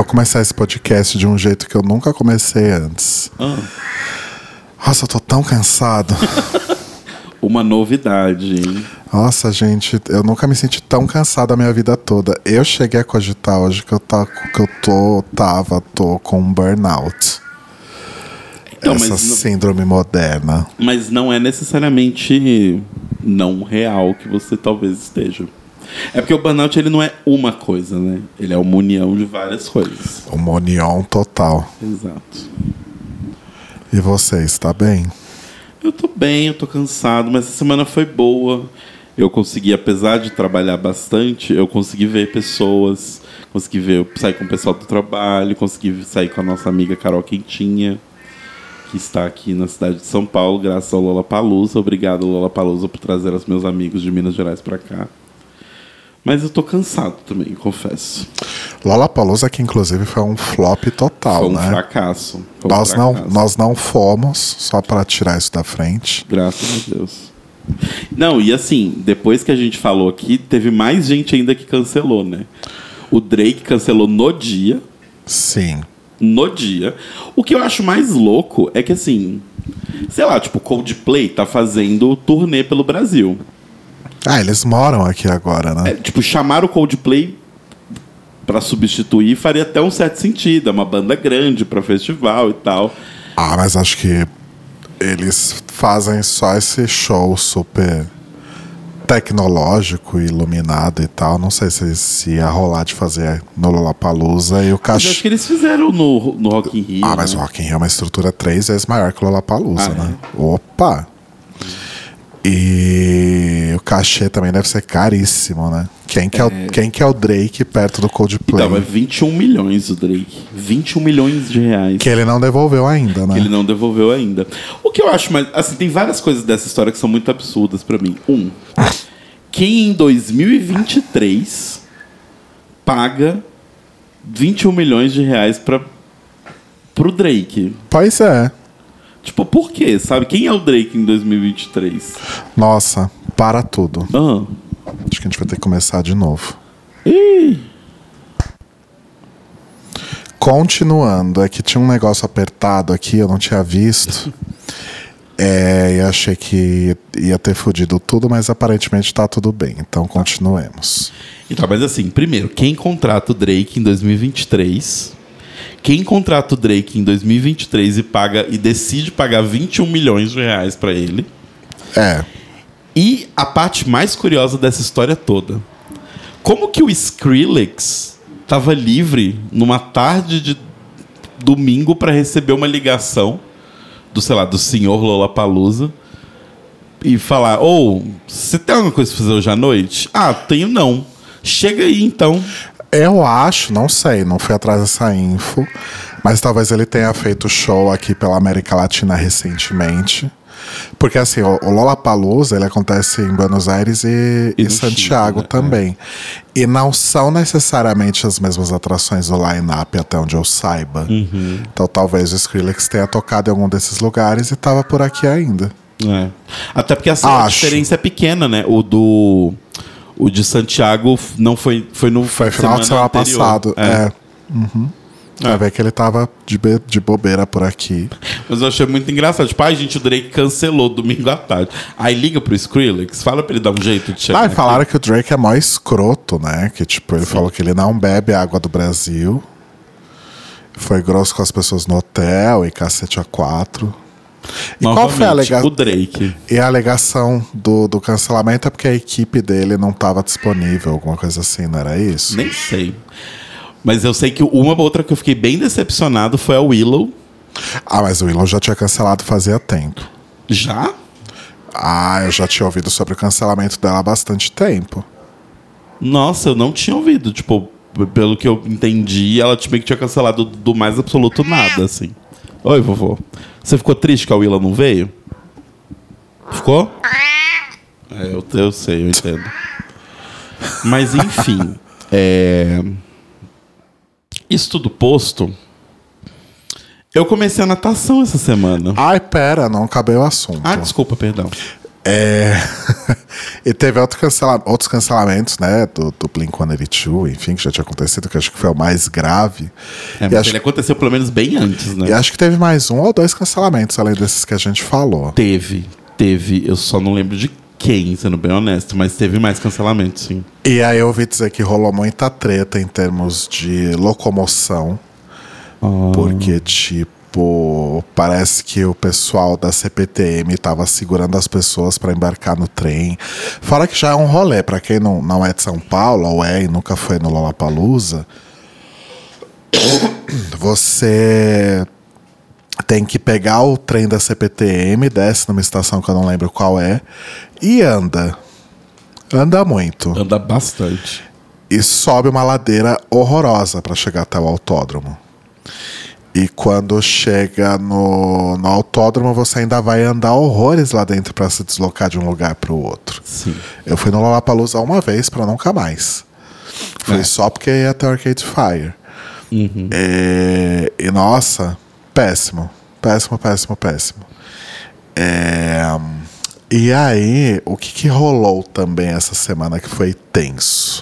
começar esse podcast de um jeito que eu nunca comecei antes. Nossa, eu tô tão cansado. Uma novidade, hein? Nossa, gente, eu nunca me senti tão cansado a minha vida toda. Eu cheguei a cogitar hoje que eu tô com um burnout. Então, essa síndrome moderna. Mas não é necessariamente não real que você talvez esteja. É porque o burnout, ele não é uma coisa, né? Ele é uma união de várias coisas. Uma união total. Exato. E você, está bem? Eu tô bem, eu tô cansado, mas essa semana foi boa. Eu consegui, apesar de trabalhar bastante, eu consegui ver pessoas, sair com o pessoal do trabalho, consegui sair com a nossa amiga Carol Quentinha, que está aqui na cidade de São Paulo, graças ao Lollapalooza. Obrigado, Lollapalooza, por trazer os meus amigos de Minas Gerais pra cá. Mas eu tô cansado também, confesso. Lollapalooza, que inclusive foi um flop total, foi um né? Fracasso. Nós não fomos, só para tirar isso da frente. Graças a Deus. Não, e assim, depois que a gente falou aqui, teve mais gente ainda que cancelou, né? O Drake cancelou no dia. Sim. No dia. O que eu acho mais louco é que, assim, sei lá, tipo, Coldplay tá fazendo turnê pelo Brasil. Ah, eles moram aqui agora, né? Tipo, chamar o Coldplay pra substituir faria até um certo sentido. É uma banda grande pra festival e tal. Ah, mas acho que eles fazem só esse show super tecnológico, iluminado e tal. Não sei se ia rolar de fazer no Lollapalooza e o Mas acho que eles fizeram no Rock in Rio. Ah, mas o Rock in Rio é uma estrutura 3 vezes maior que o Lollapalooza, né? Opa! E o cachê também deve ser caríssimo, né? Quem que é o Drake perto do Coldplay? Então, é 21 milhões o Drake. 21 milhões de reais. Que ele não devolveu ainda, né? Que ele não devolveu ainda. O que eu acho mais... Assim, tem várias coisas dessa história que são muito absurdas pra mim. Quem em 2023 paga 21 milhões de reais pro Drake? Pois é. Tipo, por quê? Sabe? Quem é o Drake em 2023? Nossa, para tudo. Acho que a gente vai ter que começar de novo. Continuando, é que tinha um negócio apertado aqui, eu não tinha visto. E achei que ia ter fudido tudo, mas aparentemente tá tudo bem. Então continuemos. Então, mas assim, primeiro, quem contrata o Drake em 2023... Quem contrata o Drake em 2023 e decide pagar 21 milhões de reais pra ele. E a parte mais curiosa dessa história toda. Como que o Skrillex tava livre numa tarde de domingo pra receber uma ligação do senhor Lollapalooza e falar: você tem alguma coisa pra fazer hoje à noite? Ah, tenho não. Chega aí então. Eu acho, não sei, não fui atrás dessa info, mas talvez ele tenha feito show aqui pela América Latina recentemente. Porque assim, o Lollapalooza, ele acontece em Buenos Aires e Santiago Chile, também. E não são necessariamente as mesmas atrações do line-up, até onde eu saiba. Então talvez o Skrillex tenha tocado em algum desses lugares e tava por aqui ainda. Até porque assim, a diferença é pequena, né? O de Santiago não foi no final de semana passado. Vai ver que ele tava de bobeira por aqui. Mas eu achei muito engraçado. Tipo, gente, o Drake cancelou domingo à tarde. Aí liga pro Skrillex, fala pra ele dar um jeito de chegar. Falaram que o Drake é mó escroto, né? Que tipo, ele falou que ele não bebe água do Brasil. Foi grosso com as pessoas no hotel e cacete A4. E qual foi a alegação? O Drake. E a alegação do cancelamento é porque a equipe dele não estava disponível, alguma coisa assim, não era isso? Nem sei. Mas eu sei que uma outra que eu fiquei bem decepcionado foi a Willow. Mas o Willow já tinha cancelado fazia tempo. Já? Eu já tinha ouvido sobre o cancelamento dela há bastante tempo. Nossa, eu não tinha ouvido. Tipo, pelo que eu entendi, ela meio que tinha cancelado do mais absoluto nada, assim. Oi, vovô. Você ficou triste que a Willa não veio? Ficou? Eu sei, eu entendo. Mas, enfim. Isso tudo posto, eu comecei a natação essa semana. Pera, não acabei o assunto. Desculpa, perdão. E teve outros cancelamentos, né? Do Blink-182, enfim, que já tinha acontecido, que acho que foi o mais grave. Mas ele aconteceu pelo menos bem antes, né? E acho que teve mais 1 ou 2 cancelamentos, além desses que a gente falou. Teve. Eu só não lembro de quem, sendo bem honesto, mas teve mais cancelamento, sim. E aí eu ouvi dizer que rolou muita treta em termos de locomoção. Porque, tipo, parece que o pessoal da CPTM tava segurando as pessoas para embarcar no trem. Fora que já é um rolê, para quem não é de São Paulo, ou e nunca foi no Lollapalooza, você tem que pegar o trem da CPTM, desce numa estação que eu não lembro qual é, e anda. Anda muito. Anda bastante. E sobe uma ladeira horrorosa para chegar até o autódromo. E quando chega no autódromo, você ainda vai andar horrores lá dentro para se deslocar de um lugar para o outro. Sim. Eu fui no Lollapalooza uma vez para nunca mais. Fui só porque ia até Arcade Fire. Uhum. E nossa, péssimo. E aí, o que rolou também essa semana que foi tenso?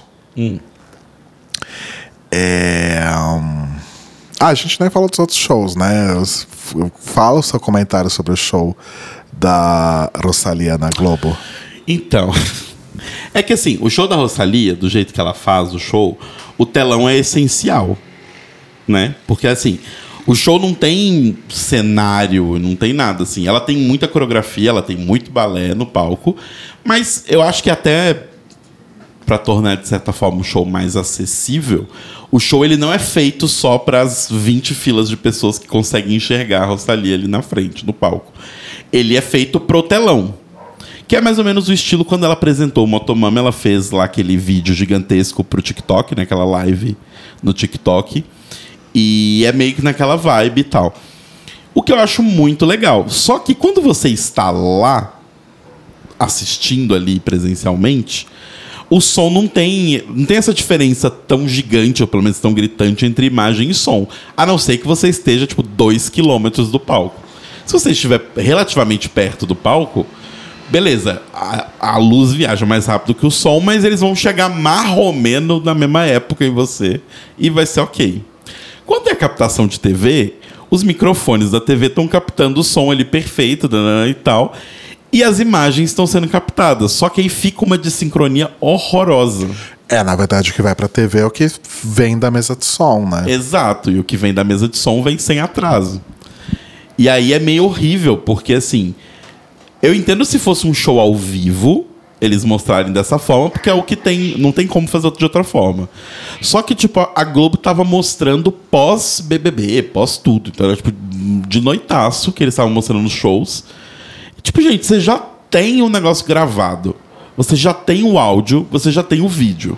A gente nem falou dos outros shows, né? Fala o seu comentário sobre o show da Rosalía na Globo. Então, é que assim, o show da Rosalía, do jeito que ela faz o show, o telão é essencial, né? Porque assim, o show não tem cenário, não tem nada assim. Ela tem muita coreografia, ela tem muito balé no palco, mas eu acho que até para tornar, de certa forma, o show mais acessível, o show ele não é feito só para as 20 filas de pessoas que conseguem enxergar a Rosalía ali na frente, no palco. Ele é feito pro telão, que é mais ou menos o estilo quando ela apresentou o Motomami. Ela fez lá aquele vídeo gigantesco pro TikTok, né, aquela live no TikTok, e é meio que naquela vibe e tal. O que eu acho muito legal. Só que quando você está lá, assistindo ali presencialmente, o som não tem essa diferença tão gigante, ou pelo menos tão gritante, entre imagem e som. A não ser que você esteja, tipo, 2 quilômetros do palco. Se você estiver relativamente perto do palco, beleza, a luz viaja mais rápido que o som, mas eles vão chegar mais ou menos na mesma época em você e vai ser ok. Quando é captação de TV, os microfones da TV estão captando o som ali perfeito e tal, e as imagens estão sendo captadas. Só que aí fica uma desincronia horrorosa. Na verdade, o que vai pra TV é o que vem da mesa de som, né? Exato, e o que vem da mesa de som vem sem atraso. E aí é meio horrível, porque assim, eu entendo se fosse um show ao vivo, eles mostrarem dessa forma, porque é o que tem, não tem como fazer de outra forma. Só que, tipo, a Globo tava mostrando pós-BBB, pós-tudo. Então era, tipo, de noitaço que eles estavam mostrando nos shows. Tipo, gente, você já tem o negócio gravado. Você já tem o áudio, você já tem o vídeo.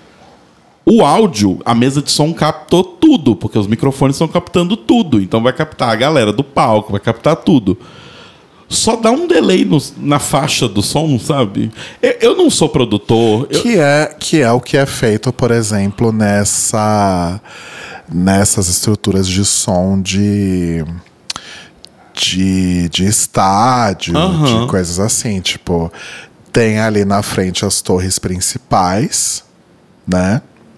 O áudio, a mesa de som captou tudo, porque os microfones estão captando tudo. Então vai captar a galera do palco, vai captar tudo. Só dá um delay na faixa do som, sabe? Eu não sou produtor. Que é o que é feito, por exemplo, nessas estruturas de som de estádio, de coisas assim. Tipo, tem ali na frente as torres principais, né?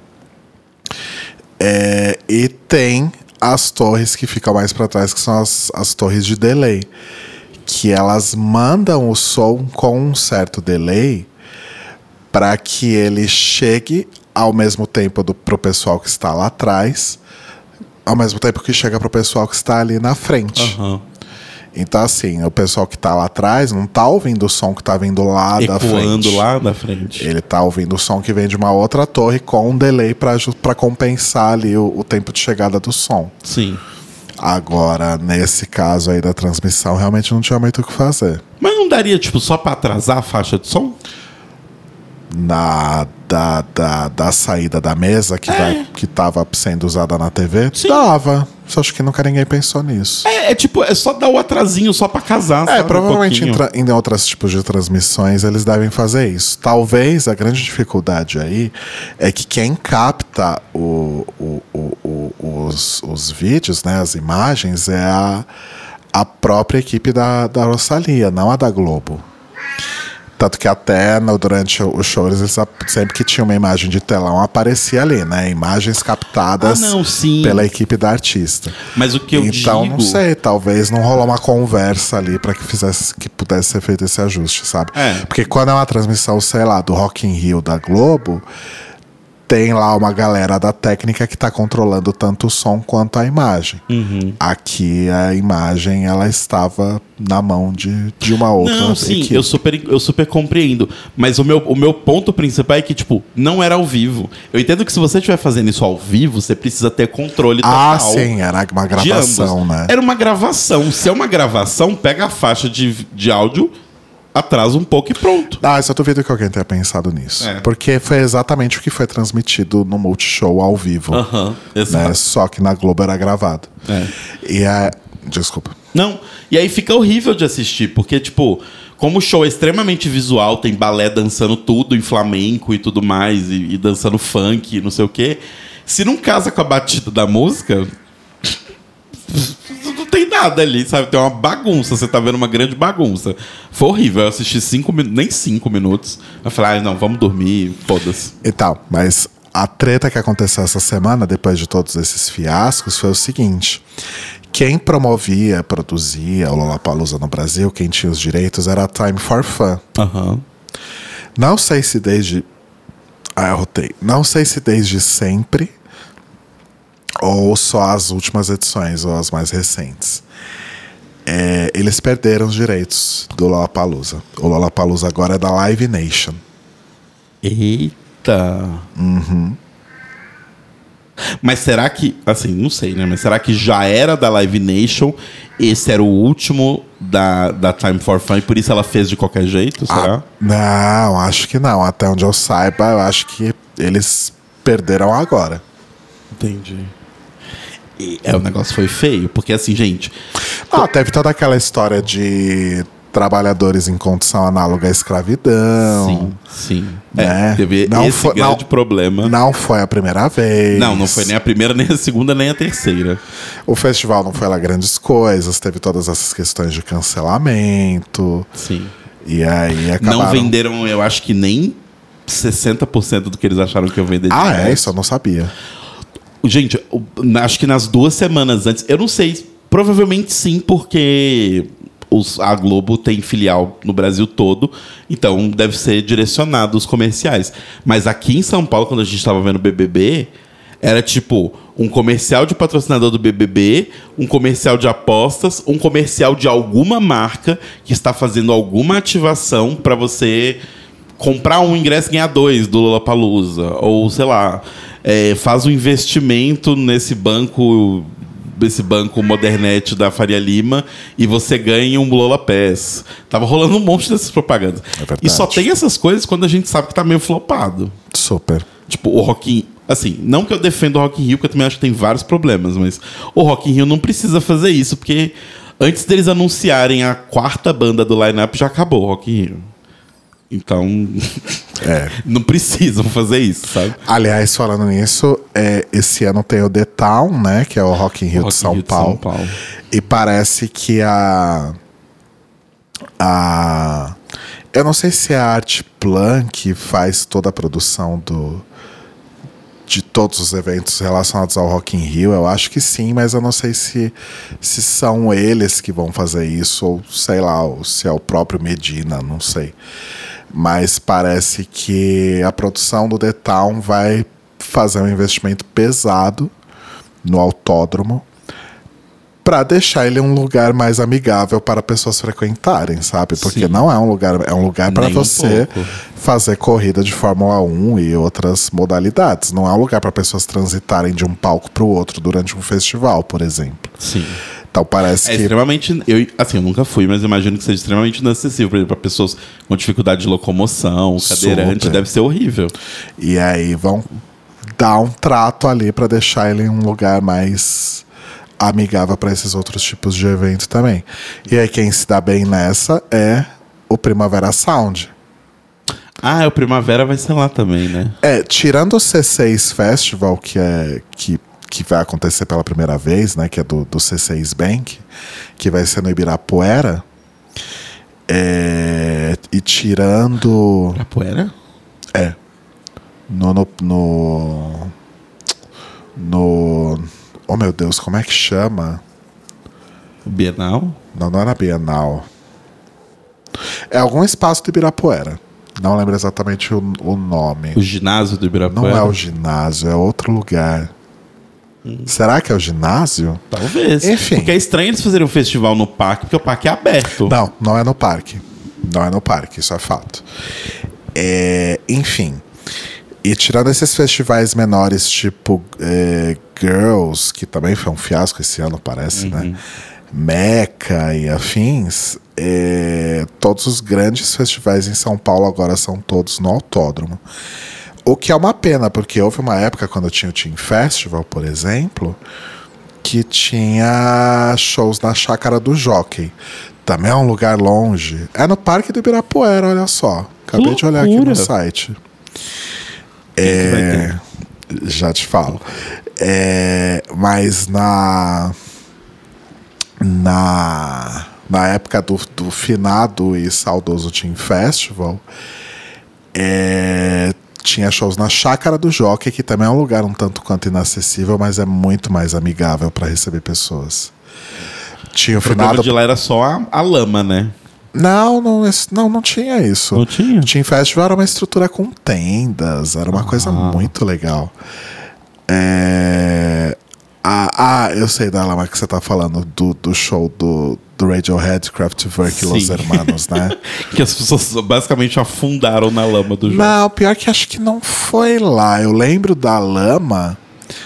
E tem as torres que ficam mais para trás, que são as torres de delay, que elas mandam o som com um certo delay para que ele chegue ao mesmo tempo pro pessoal que está lá atrás, ao mesmo tempo que chega pro pessoal que está ali na frente. Então, assim, o pessoal que tá lá atrás não tá ouvindo o som que tá vindo lá da frente. Ecoando lá da frente. Ele tá ouvindo o som que vem de uma outra torre com um delay pra compensar ali o tempo de chegada do som. Sim. Agora, nesse caso aí da transmissão, realmente não tinha muito o que fazer. Mas não daria, tipo, só pra atrasar a faixa de som? Da saída da mesa que tava sendo usada na TV? Sim. Dava. Só acho que nunca ninguém pensou nisso. Tipo, é só dar o atrasinho só pra casar, sabe? Provavelmente em outros tipos de transmissões eles devem fazer isso. Talvez a grande dificuldade aí é que quem capta os vídeos, né, as imagens, é a própria equipe da Rosalía, não a da Globo. Tanto que até durante o show, sempre que tinha uma imagem de telão, aparecia ali, né? Imagens captadas pela equipe da artista. Mas o que eu digo... Então, não sei, talvez não rolou uma conversa ali pra que pudesse ser feito esse ajuste, sabe? Porque quando é uma transmissão, sei lá, do Rock in Rio da Globo, tem lá uma galera da técnica que tá controlando tanto o som quanto a imagem. Aqui a imagem, ela estava na mão de uma outra equipe. Eu super compreendo. Mas o meu ponto principal é que, tipo, não era ao vivo. Eu entendo que se você estiver fazendo isso ao vivo, você precisa ter controle total. Sim, era uma gravação, né? Era uma gravação. Se é uma gravação, pega a faixa de áudio, atrasa um pouco e pronto. Eu só duvido que alguém tenha pensado nisso. Porque foi exatamente o que foi transmitido no Multishow ao vivo. Exato. Né? Só que na Globo era gravado. Desculpa. Não, e aí fica horrível de assistir, porque, tipo, como o show é extremamente visual, tem balé dançando tudo em flamenco e tudo mais, e dançando funk, não sei o quê, se não casa com a batida da música... não tem nada ali, sabe? Tem uma bagunça, você tá vendo uma grande bagunça. Foi horrível, eu assisti 5 minutos, nem 5 minutos. Eu falei, não, vamos dormir, foda-se. E tal, mas a treta que aconteceu essa semana, depois de todos esses fiascos, foi o seguinte: quem produzia o Lollapalooza no Brasil, quem tinha os direitos, era a Time for Fun. Não sei se desde... eu rotei. Não sei se desde sempre... ou só as últimas edições, ou as mais recentes. Eles perderam os direitos do Lollapalooza. O Lollapalooza agora é da Live Nation. Eita! Mas será que... Assim, não sei, né? Mas será que já era da Live Nation? Esse era o último da Time for Fun e por isso ela fez de qualquer jeito? Será? Não, acho que não. Até onde eu saiba, eu acho que eles perderam agora. Entendi. O negócio foi feio, porque assim, gente... teve toda aquela história de trabalhadores em condição análoga à escravidão. Sim. Né? Teve grande problema. Não foi a primeira vez. Não foi nem a primeira, nem a segunda, nem a terceira. O festival não foi lá grandes coisas, teve todas essas questões de cancelamento. Sim. E aí acabaram... Não venderam, eu acho que nem 60% do que eles acharam que iam vender. Isso eu não sabia. Gente, acho que nas 2 semanas antes... Eu não sei, provavelmente sim, porque a Globo tem filial no Brasil todo, então deve ser direcionado os comerciais. Mas aqui em São Paulo, quando a gente estava vendo o BBB, era tipo um comercial de patrocinador do BBB, um comercial de apostas, um comercial de alguma marca que está fazendo alguma ativação para você comprar um ingresso e ganhar 2 do Lollapalooza. Ou, sei lá... faz um investimento nesse banco Modernete da Faria Lima e você ganha um Lola Pass. Tava rolando um monte dessas propagandas. E só tem essas coisas quando a gente sabe que tá meio flopado. Super. Tipo, o Rock in... Assim, não que eu defenda o Rock in Rio, porque eu também acho que tem vários problemas, mas o Rock in Rio não precisa fazer isso, porque antes deles anunciarem a 4ª banda do line-up, já acabou o Rock in Rio. Então, não precisam fazer isso, sabe? Aliás, falando nisso, esse ano tem o The Town, né? Que é o Rock in Rio de São Paulo. E parece que eu não sei se é a Artplan que faz toda a produção de todos os eventos relacionados ao Rock in Rio. Eu acho que sim, mas eu não sei se são eles que vão fazer isso, ou sei lá, ou se é o próprio Medina, não sei. Mas parece que a produção do The Town vai fazer um investimento pesado no autódromo para deixar ele um lugar mais amigável para pessoas frequentarem, sabe? Porque não é um lugar, é um lugar para você fazer corrida de Fórmula 1 e outras modalidades. Não é um lugar para pessoas transitarem de um palco para o outro durante um festival, por exemplo. Sim. Então parece que... extremamente... Eu nunca fui, mas imagino que seja extremamente inacessível, por exemplo, para pessoas com dificuldade de locomoção, cadeirante, deve ser horrível. E aí vão dar um trato ali para deixar ele em um lugar mais amigável para esses outros tipos de evento também. E aí quem se dá bem nessa é o Primavera Sound. O Primavera vai ser lá também, né? Tirando o C6 Festival, que vai acontecer pela primeira vez, né, que é do C6 Bank, que vai ser no Ibirapuera, E tirando... Ibirapuera? É. Oh, meu Deus, como é que chama? O Bienal? Não era Bienal. É algum espaço do Ibirapuera. Não lembro exatamente o nome. O ginásio do Ibirapuera? Não é o ginásio, é outro lugar. Será que é o ginásio? Talvez. Enfim. Porque é estranho eles fazerem um festival no parque, porque o parque é aberto. Não é no parque. Não é no parque, isso é fato. Enfim. E tirando esses festivais menores, tipo Girls, que também foi um fiasco esse ano, parece, né? Meca e afins, todos os grandes festivais em São Paulo agora são todos no autódromo. O que é uma pena, porque houve uma época quando tinha o Teen Festival, por exemplo, que tinha shows na Chácara do Jockey. Também é um lugar longe. É no Parque do Ibirapuera, olha só. Acabei de olhar aqui no site. Já te falo. Mas na época do finado e saudoso Teen Festival, tinha shows na Chácara do Jockey, que também é um lugar um tanto quanto inacessível, mas é muito mais amigável para receber pessoas. Tinha o finado de lá era só a lama, né? Não tinha isso. Não tinha? O Teen Festival era uma estrutura com tendas, era uma coisa muito legal. Eu sei da lama que você tá falando, do show do Radiohead, Kraftwerk e Los Hermanos, né? Que as pessoas basicamente afundaram na lama do jogo. Não, pior que acho que não foi lá. Eu lembro da lama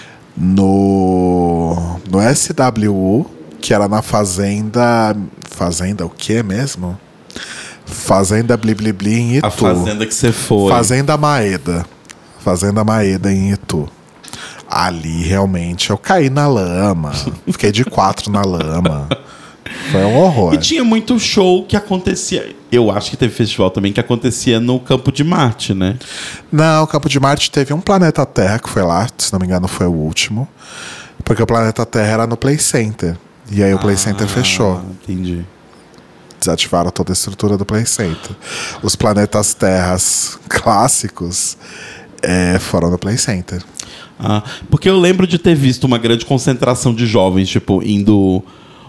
no SWU, que era na Fazenda... Fazenda o quê mesmo? Fazenda Bliblibli em Itu. A fazenda que você foi. Fazenda Maeda. Fazenda Maeda em Itu. Ali, realmente, eu caí na lama. Fiquei de 4 na lama. Foi um horror. E tinha muito show que acontecia... Eu acho que teve festival também que acontecia no Campo de Marte, né? Não, o Campo de Marte teve um Planeta Terra que foi lá. Se não me engano, foi o último. Porque o Planeta Terra era no Play Center. E aí o Play Center fechou. Entendi. Desativaram toda a estrutura do Play Center. Os Planetas Terras clássicos foram no Play Center. Porque eu lembro de ter visto uma grande concentração de jovens, tipo, indo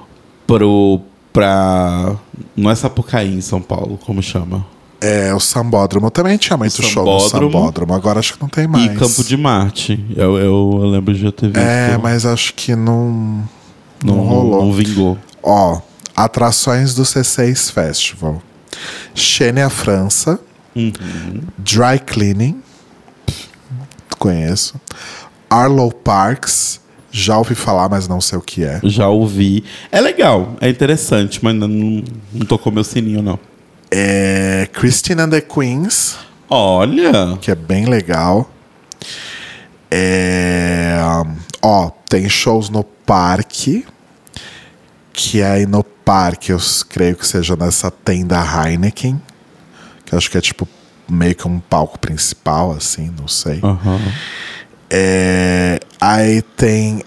pra... Não é Sapucaí, em São Paulo, como chama? O Sambódromo também tinha muito show no Sambódromo. Agora acho que não tem mais. E Campo de Marte. Eu lembro de já ter visto. Mas acho que não rolou. Não vingou. Atrações do C6 Festival. Xenia França. Dry Cleaning. Conheço. Arlo Parks. Já ouvi falar, mas não sei o que é. Já ouvi. É legal, é interessante, mas não tocou meu sininho, não. Christine and the Queens. Olha! Que é bem legal. Tem shows no parque. Que aí no parque, eu creio que seja nessa tenda Heineken. Que eu acho que é tipo meio que um palco principal, assim, não sei. Aí tem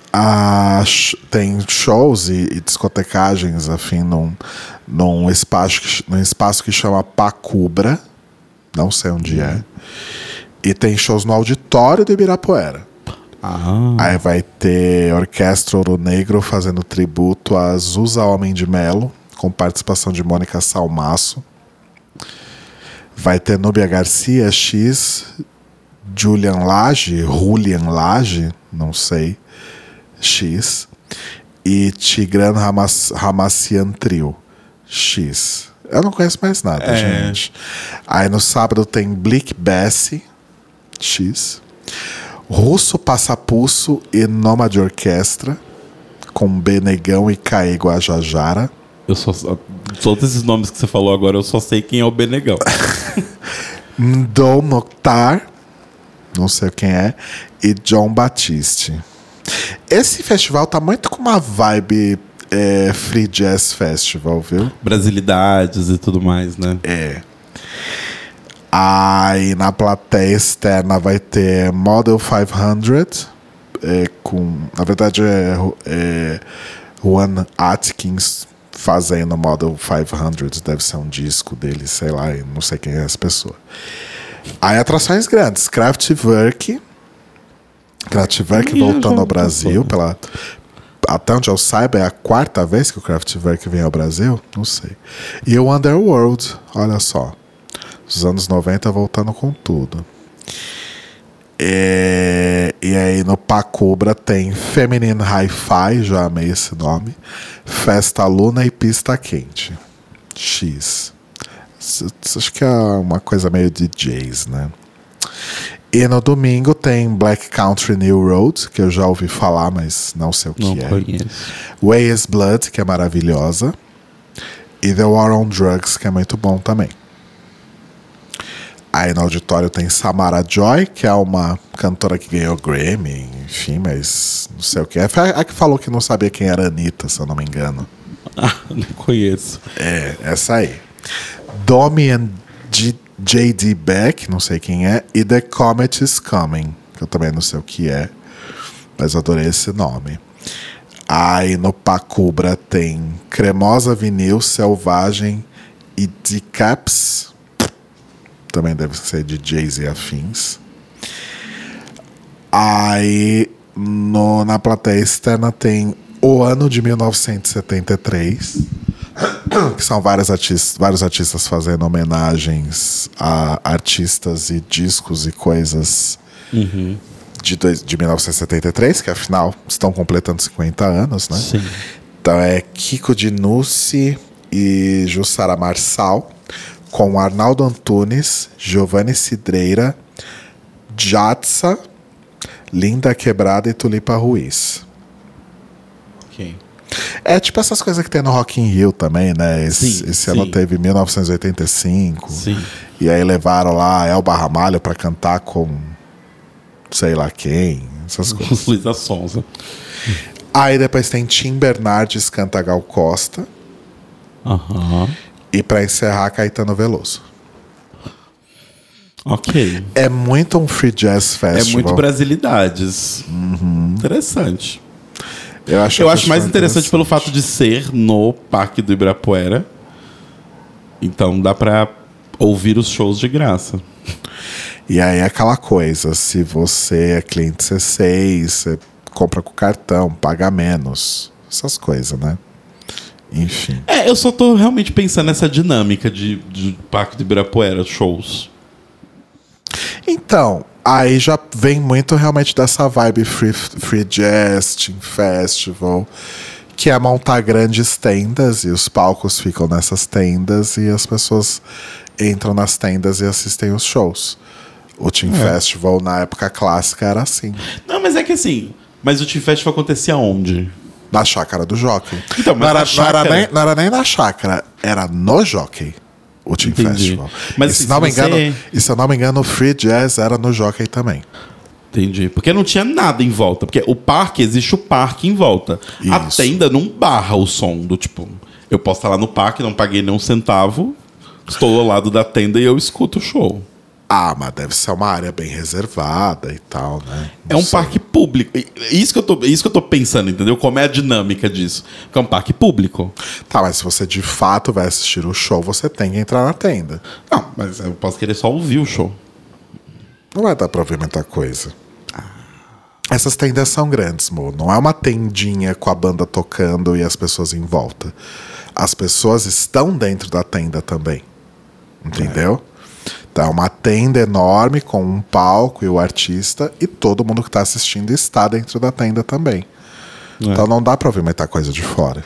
shows e discotecagens, afim, num espaço que chama Pacubra. Não sei onde é. E tem shows no auditório do Ibirapuera. Aí vai ter Orquestra Ouro Negro fazendo tributo a Zusa Homem de Melo, com participação de Mônica Salmaço. Vai ter Núbia Garcia, X, Julian Lage, não sei, X, e Tigran Hamassian Trio, X. Eu não conheço mais nada, gente. Aí no sábado tem Blick Bessie, X, Russo Passapulso e Nômade Orquestra, com Benegão e Caê Guajajara. Todos esses nomes que você falou agora, eu só sei quem é o Benegão. Ndou Mokhtar, não sei quem é, e John Batiste. Esse festival tá muito com uma vibe Free Jazz Festival, viu? Brasilidades e tudo mais, né? Aí na plateia externa vai ter Model 500, na verdade Juan Atkins fazendo Model 500, deve ser um disco dele, sei lá, eu não sei quem é essa pessoa. Aí atrações grandes, Kraftwerk voltando ao Brasil, até onde eu saiba, é a 4ª vez que o Kraftwerk vem ao Brasil, não sei. E o Underworld, olha só, os anos 90 voltando com tudo. E aí no Pacubra tem Feminine Hi-Fi, já amei esse nome, Festa Luna e Pista Quente. X. Acho que é uma coisa meio DJs, né? E no domingo tem Black Country New Road, que eu já ouvi falar, mas não sei o que é. Conheço. Way is Blood, que é maravilhosa. E The War on Drugs, que é muito bom também. Aí no auditório tem Samara Joy, que é uma cantora que ganhou Grammy, enfim, mas não sei o que é. Foi a que falou que não sabia quem era a Anitta, se eu não me engano. Ah, não conheço. É, essa aí. Domi and J.D. Beck, não sei quem é, e The Comet is Coming, que eu também não sei o que é, mas adorei esse nome. Aí no Pacubra tem Cremosa Vinil, Selvagem e Decaps, também deve ser de DJs e afins. Aí na plateia externa tem O Ano de 1973, que são vários artistas fazendo homenagens a artistas e discos e coisas de 1973, que afinal estão completando 50 anos, né? Sim. Então é Kiko Dinucci e Jussara Marçal, com Arnaldo Antunes, Giovanni Cidreira, Jatsa, Linda Quebrada e Tulipa Ruiz. Ok. É tipo essas coisas que tem no Rock in Rio também, né? Esse ano teve 1985. Sim. E aí levaram lá Elba Ramalho pra cantar com sei lá quem, essas coisas. Luísa Sonza. Aí depois tem Tim Bernardes canta Gal Costa. Aham. E pra encerrar, Caetano Veloso. Ok. É muito um free jazz festival. É muito brasilidades. Interessante. Eu acho mais interessante pelo fato de ser no Parque do Ibirapuera. Então dá pra ouvir os shows de graça. E aí é aquela coisa, se você é cliente C6, você compra com cartão, paga menos. Essas coisas, né? Enfim. Eu só tô realmente pensando nessa dinâmica de Parque do Ibirapuera, shows. Então, aí já vem muito realmente dessa vibe free jazz, team festival, que é montar grandes tendas e os palcos ficam nessas tendas e as pessoas entram nas tendas e assistem os shows. O Team Festival na época clássica era assim. Não, mas é que assim... Mas o Team Festival acontecia onde? Na chácara do Jockey. Então, mas não era nem na chácara, era no Jockey. O Team Festival. Mas e se não me engano, o Free Jazz era no Jockey também. Entendi. Porque não tinha nada em volta. Porque o parque, existe o parque em volta. Isso. A tenda não barra o som do tipo... Eu posso estar lá no parque, não paguei nem um centavo, estou ao lado da tenda e eu escuto o show. Ah, mas deve ser uma área bem reservada e tal, né? É um parque público. Isso que eu tô pensando, entendeu? Como é a dinâmica disso. Porque é um parque público. Tá, mas se você de fato vai assistir o show, você tem que entrar na tenda. Não, mas eu posso querer só ouvir o show. Não vai dar pra ouvir muita coisa. Essas tendas são grandes, Mo. Não é uma tendinha com a banda tocando e as pessoas em volta. As pessoas estão dentro da tenda também. Entendeu? Então é uma tenda enorme com um palco e o artista, e todo mundo que está assistindo está dentro da tenda também. Então não dá para ouvir muita coisa de fora.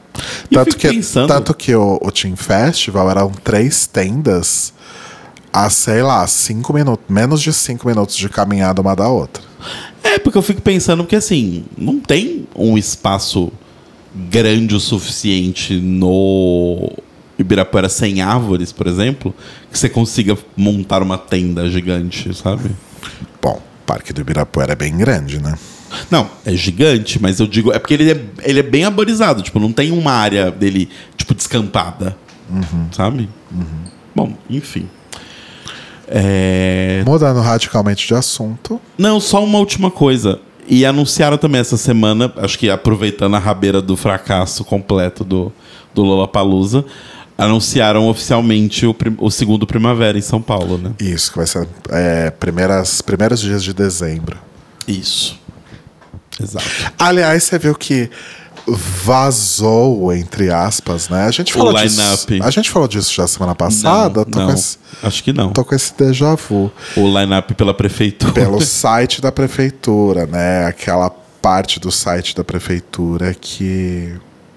Tanto que o Team Festival eram 3 tendas a, sei lá, 5 minutos, menos de 5 minutos de caminhada uma da outra. Porque eu fico pensando que assim, não tem um espaço grande o suficiente no Ibirapuera sem árvores, por exemplo, que você consiga montar uma tenda gigante, sabe? Bom, o Parque do Ibirapuera é bem grande, né? Não, é gigante, mas eu digo... É porque ele é bem arborizado. Tipo, não tem uma área dele, tipo, descampada. Sabe? Bom, enfim. Mudando radicalmente de assunto. Não, só uma última coisa. E anunciaram também essa semana, acho que aproveitando a rabeira do fracasso completo do Lollapalooza, anunciaram oficialmente o segundo Primavera em São Paulo, né? Isso, que vai ser primeiros dias de dezembro. Isso. Exato. Aliás, você viu que vazou, entre aspas, né? A gente falou disso já semana passada. Acho que não. Tô com esse déjà vu. O line-up pela prefeitura. Pelo site da prefeitura, né? Aquela parte do site da prefeitura que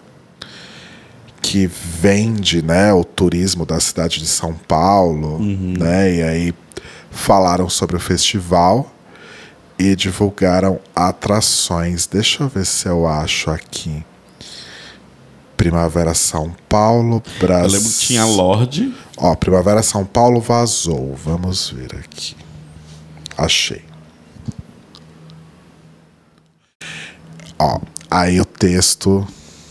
vende, né, o turismo da cidade de São Paulo, né? E aí falaram sobre o festival e divulgaram atrações. Deixa eu ver se eu acho aqui. Primavera São Paulo, Brasil. Eu lembro que tinha Lorde. Ó, Primavera São Paulo vazou. Vamos ver aqui. Achei. Ó, aí o texto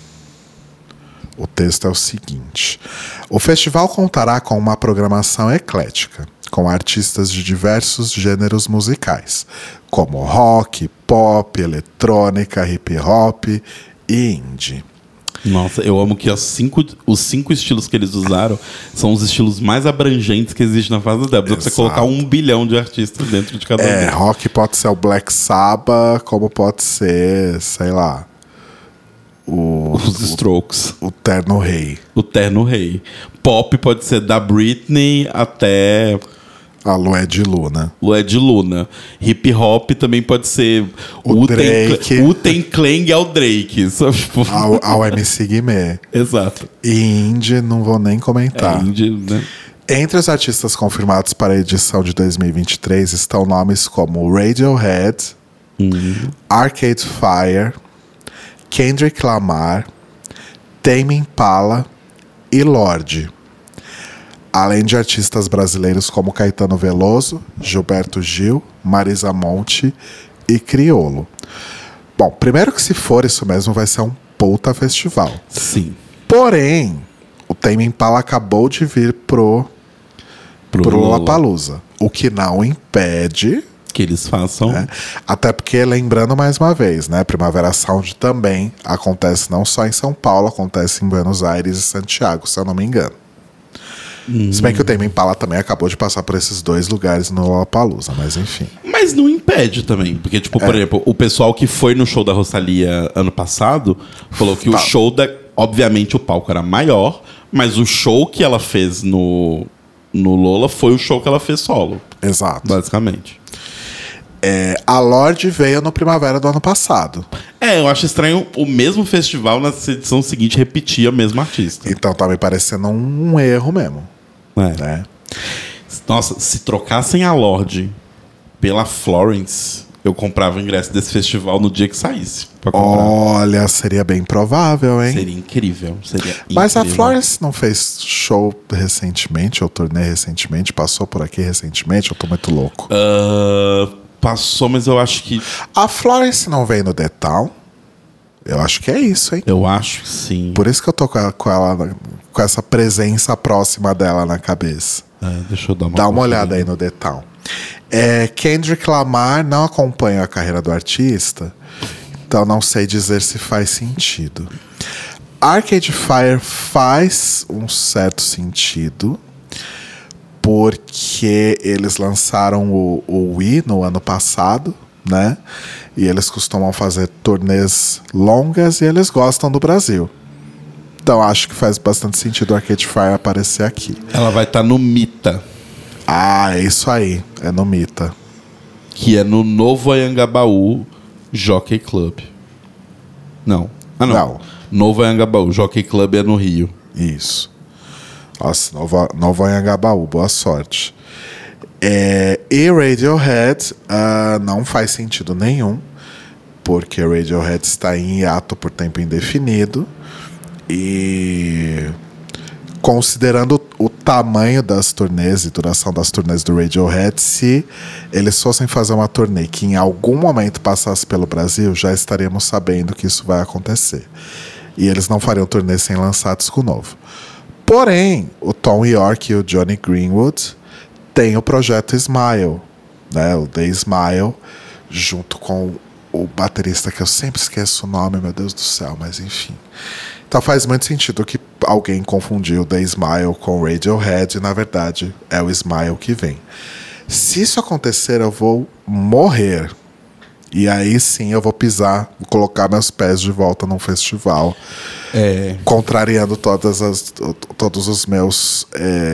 é o seguinte: o festival contará com uma programação eclética, com artistas de diversos gêneros musicais, como rock, pop, eletrônica, hip hop e indie. Nossa, eu amo que os cinco estilos que eles usaram são os estilos mais abrangentes que existem na face da Terra. Dá pra você colocar 1 bilhão de artistas dentro de cada um. Rock pode ser o Black Sabbath, como pode ser, sei lá, os Strokes. O Terno Rei. O Terno Rei. Pop pode ser da Britney até a Lué de Luna. Lué de Luna. Hip Hop também pode ser o Drake. O Ten Clang ao Drake. Ao MC Guimê. Exato. E indie, não vou nem comentar. Indie, né? Entre os artistas confirmados para a edição de 2023 estão nomes como Radiohead, Arcade Fire, Kendrick Lamar, Tame Impala e Lorde. Além de artistas brasileiros como Caetano Veloso, Gilberto Gil, Marisa Monte e Criolo. Bom, primeiro que se for isso mesmo, vai ser um puta festival. Sim. Porém, o Tame Impala acabou de vir pro Lollapalooza. O que não impede que eles façam. Né? Até porque, lembrando mais uma vez, né, Primavera Sound também acontece não só em São Paulo, acontece em Buenos Aires e Santiago, se eu não me engano. Se bem que o Tame Impala também acabou de passar por esses dois lugares no Lollapalooza, mas enfim. Mas não impede também, porque, tipo, por exemplo, o pessoal que foi no show da Rosalía ano passado falou que o show obviamente o palco era maior, mas o show que ela fez no Lolla foi o show que ela fez solo. Exato. Basicamente. A Lorde veio no Primavera do ano passado. Eu acho estranho o mesmo festival na edição seguinte repetir a mesma artista. Então tá me parecendo um erro mesmo. Né? Nossa, se trocassem a Lorde pela Florence, eu comprava o ingresso desse festival no dia que saísse. Olha, seria bem provável, hein? Seria incrível. Mas a Florence não fez show recentemente, ou turnê recentemente, passou por aqui recentemente, eu tô muito louco. Passou, mas eu acho que... A Florence não veio no The Town? Eu acho que é isso, hein? Eu acho que sim. Por isso que eu tô com ela, com essa presença próxima dela na cabeça. Deixa eu dar uma Dá uma olhada aí no The Town. Kendrick Lamar, não acompanho a carreira do artista, então não sei dizer se faz sentido. Arcade Fire faz um certo sentido, porque eles lançaram o Wii no ano passado, né? E eles costumam fazer turnês longas e eles gostam do Brasil. Então acho que faz bastante sentido o Arcade Fire aparecer aqui. Ela vai estar no Mita. É isso aí. É no Mita. Que é no Novo Anhangabaú Jockey Club. Não. Não. Novo Anhangabaú Jockey Club é no Rio. Isso. Nossa, Novo Anhangabaú. Boa sorte. E Radiohead não faz sentido nenhum, porque Radiohead está em hiato por tempo indefinido. E considerando o tamanho das turnês e duração das turnês do Radiohead, se eles fossem fazer uma turnê que em algum momento passasse pelo Brasil, já estaríamos sabendo que isso vai acontecer. E eles não fariam turnê sem lançar disco novo. Porém, o Tom York e o Johnny Greenwood têm o projeto Smile, né? O The Smile, junto com o baterista, que eu sempre esqueço o nome, meu Deus do céu, mas enfim. Então faz muito sentido que alguém confundiu The Smile com Radiohead, e na verdade é o Smile que vem. Se isso acontecer, eu vou morrer. E aí sim eu vou pisar, vou colocar meus pés de volta num festival. Contrariando todos os meus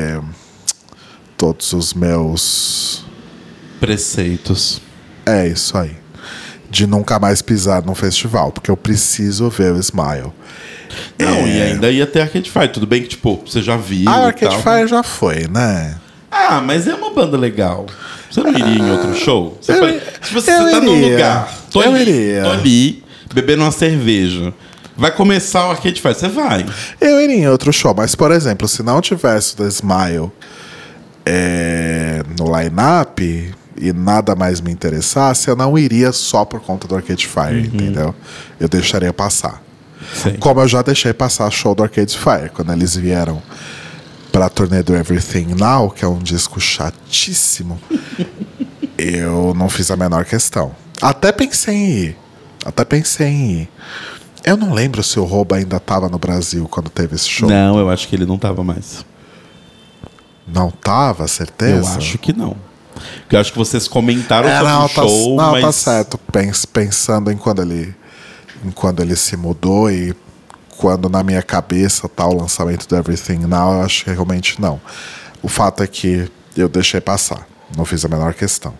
preceitos. É isso aí. De nunca mais pisar num festival, porque eu preciso ver o Smile. Não, e ainda ia ter Arcade Fire. Tudo bem que, tipo, você já viu. Arcade Fire já foi, né? Ah, mas é uma banda legal. Você não iria em outro show? Se você tá num lugar, tô ali, bebendo uma cerveja, vai começar o Arcade Fire, você vai. Eu iria em outro show, mas, por exemplo, se não tivesse o The Smile no line-up e nada mais me interessasse, eu não iria só por conta do Arcade Fire, entendeu? Eu deixaria passar. Sim. Como eu já deixei passar show do Arcade Fire, quando eles vieram pra turnê do Everything Now, que é um disco chatíssimo, eu não fiz a menor questão. Até pensei em ir. Eu não lembro se o Rouba ainda tava no Brasil quando teve esse show. Não, eu acho que ele não tava mais. Não tava, certeza? Eu acho que não. Porque eu acho que vocês comentaram sobre o show, mas... tá certo. Pensando em quando ele se mudou e quando na minha cabeça tá o lançamento do Everything Now, eu acho que realmente não. O fato é que eu deixei passar. Não fiz a menor questão.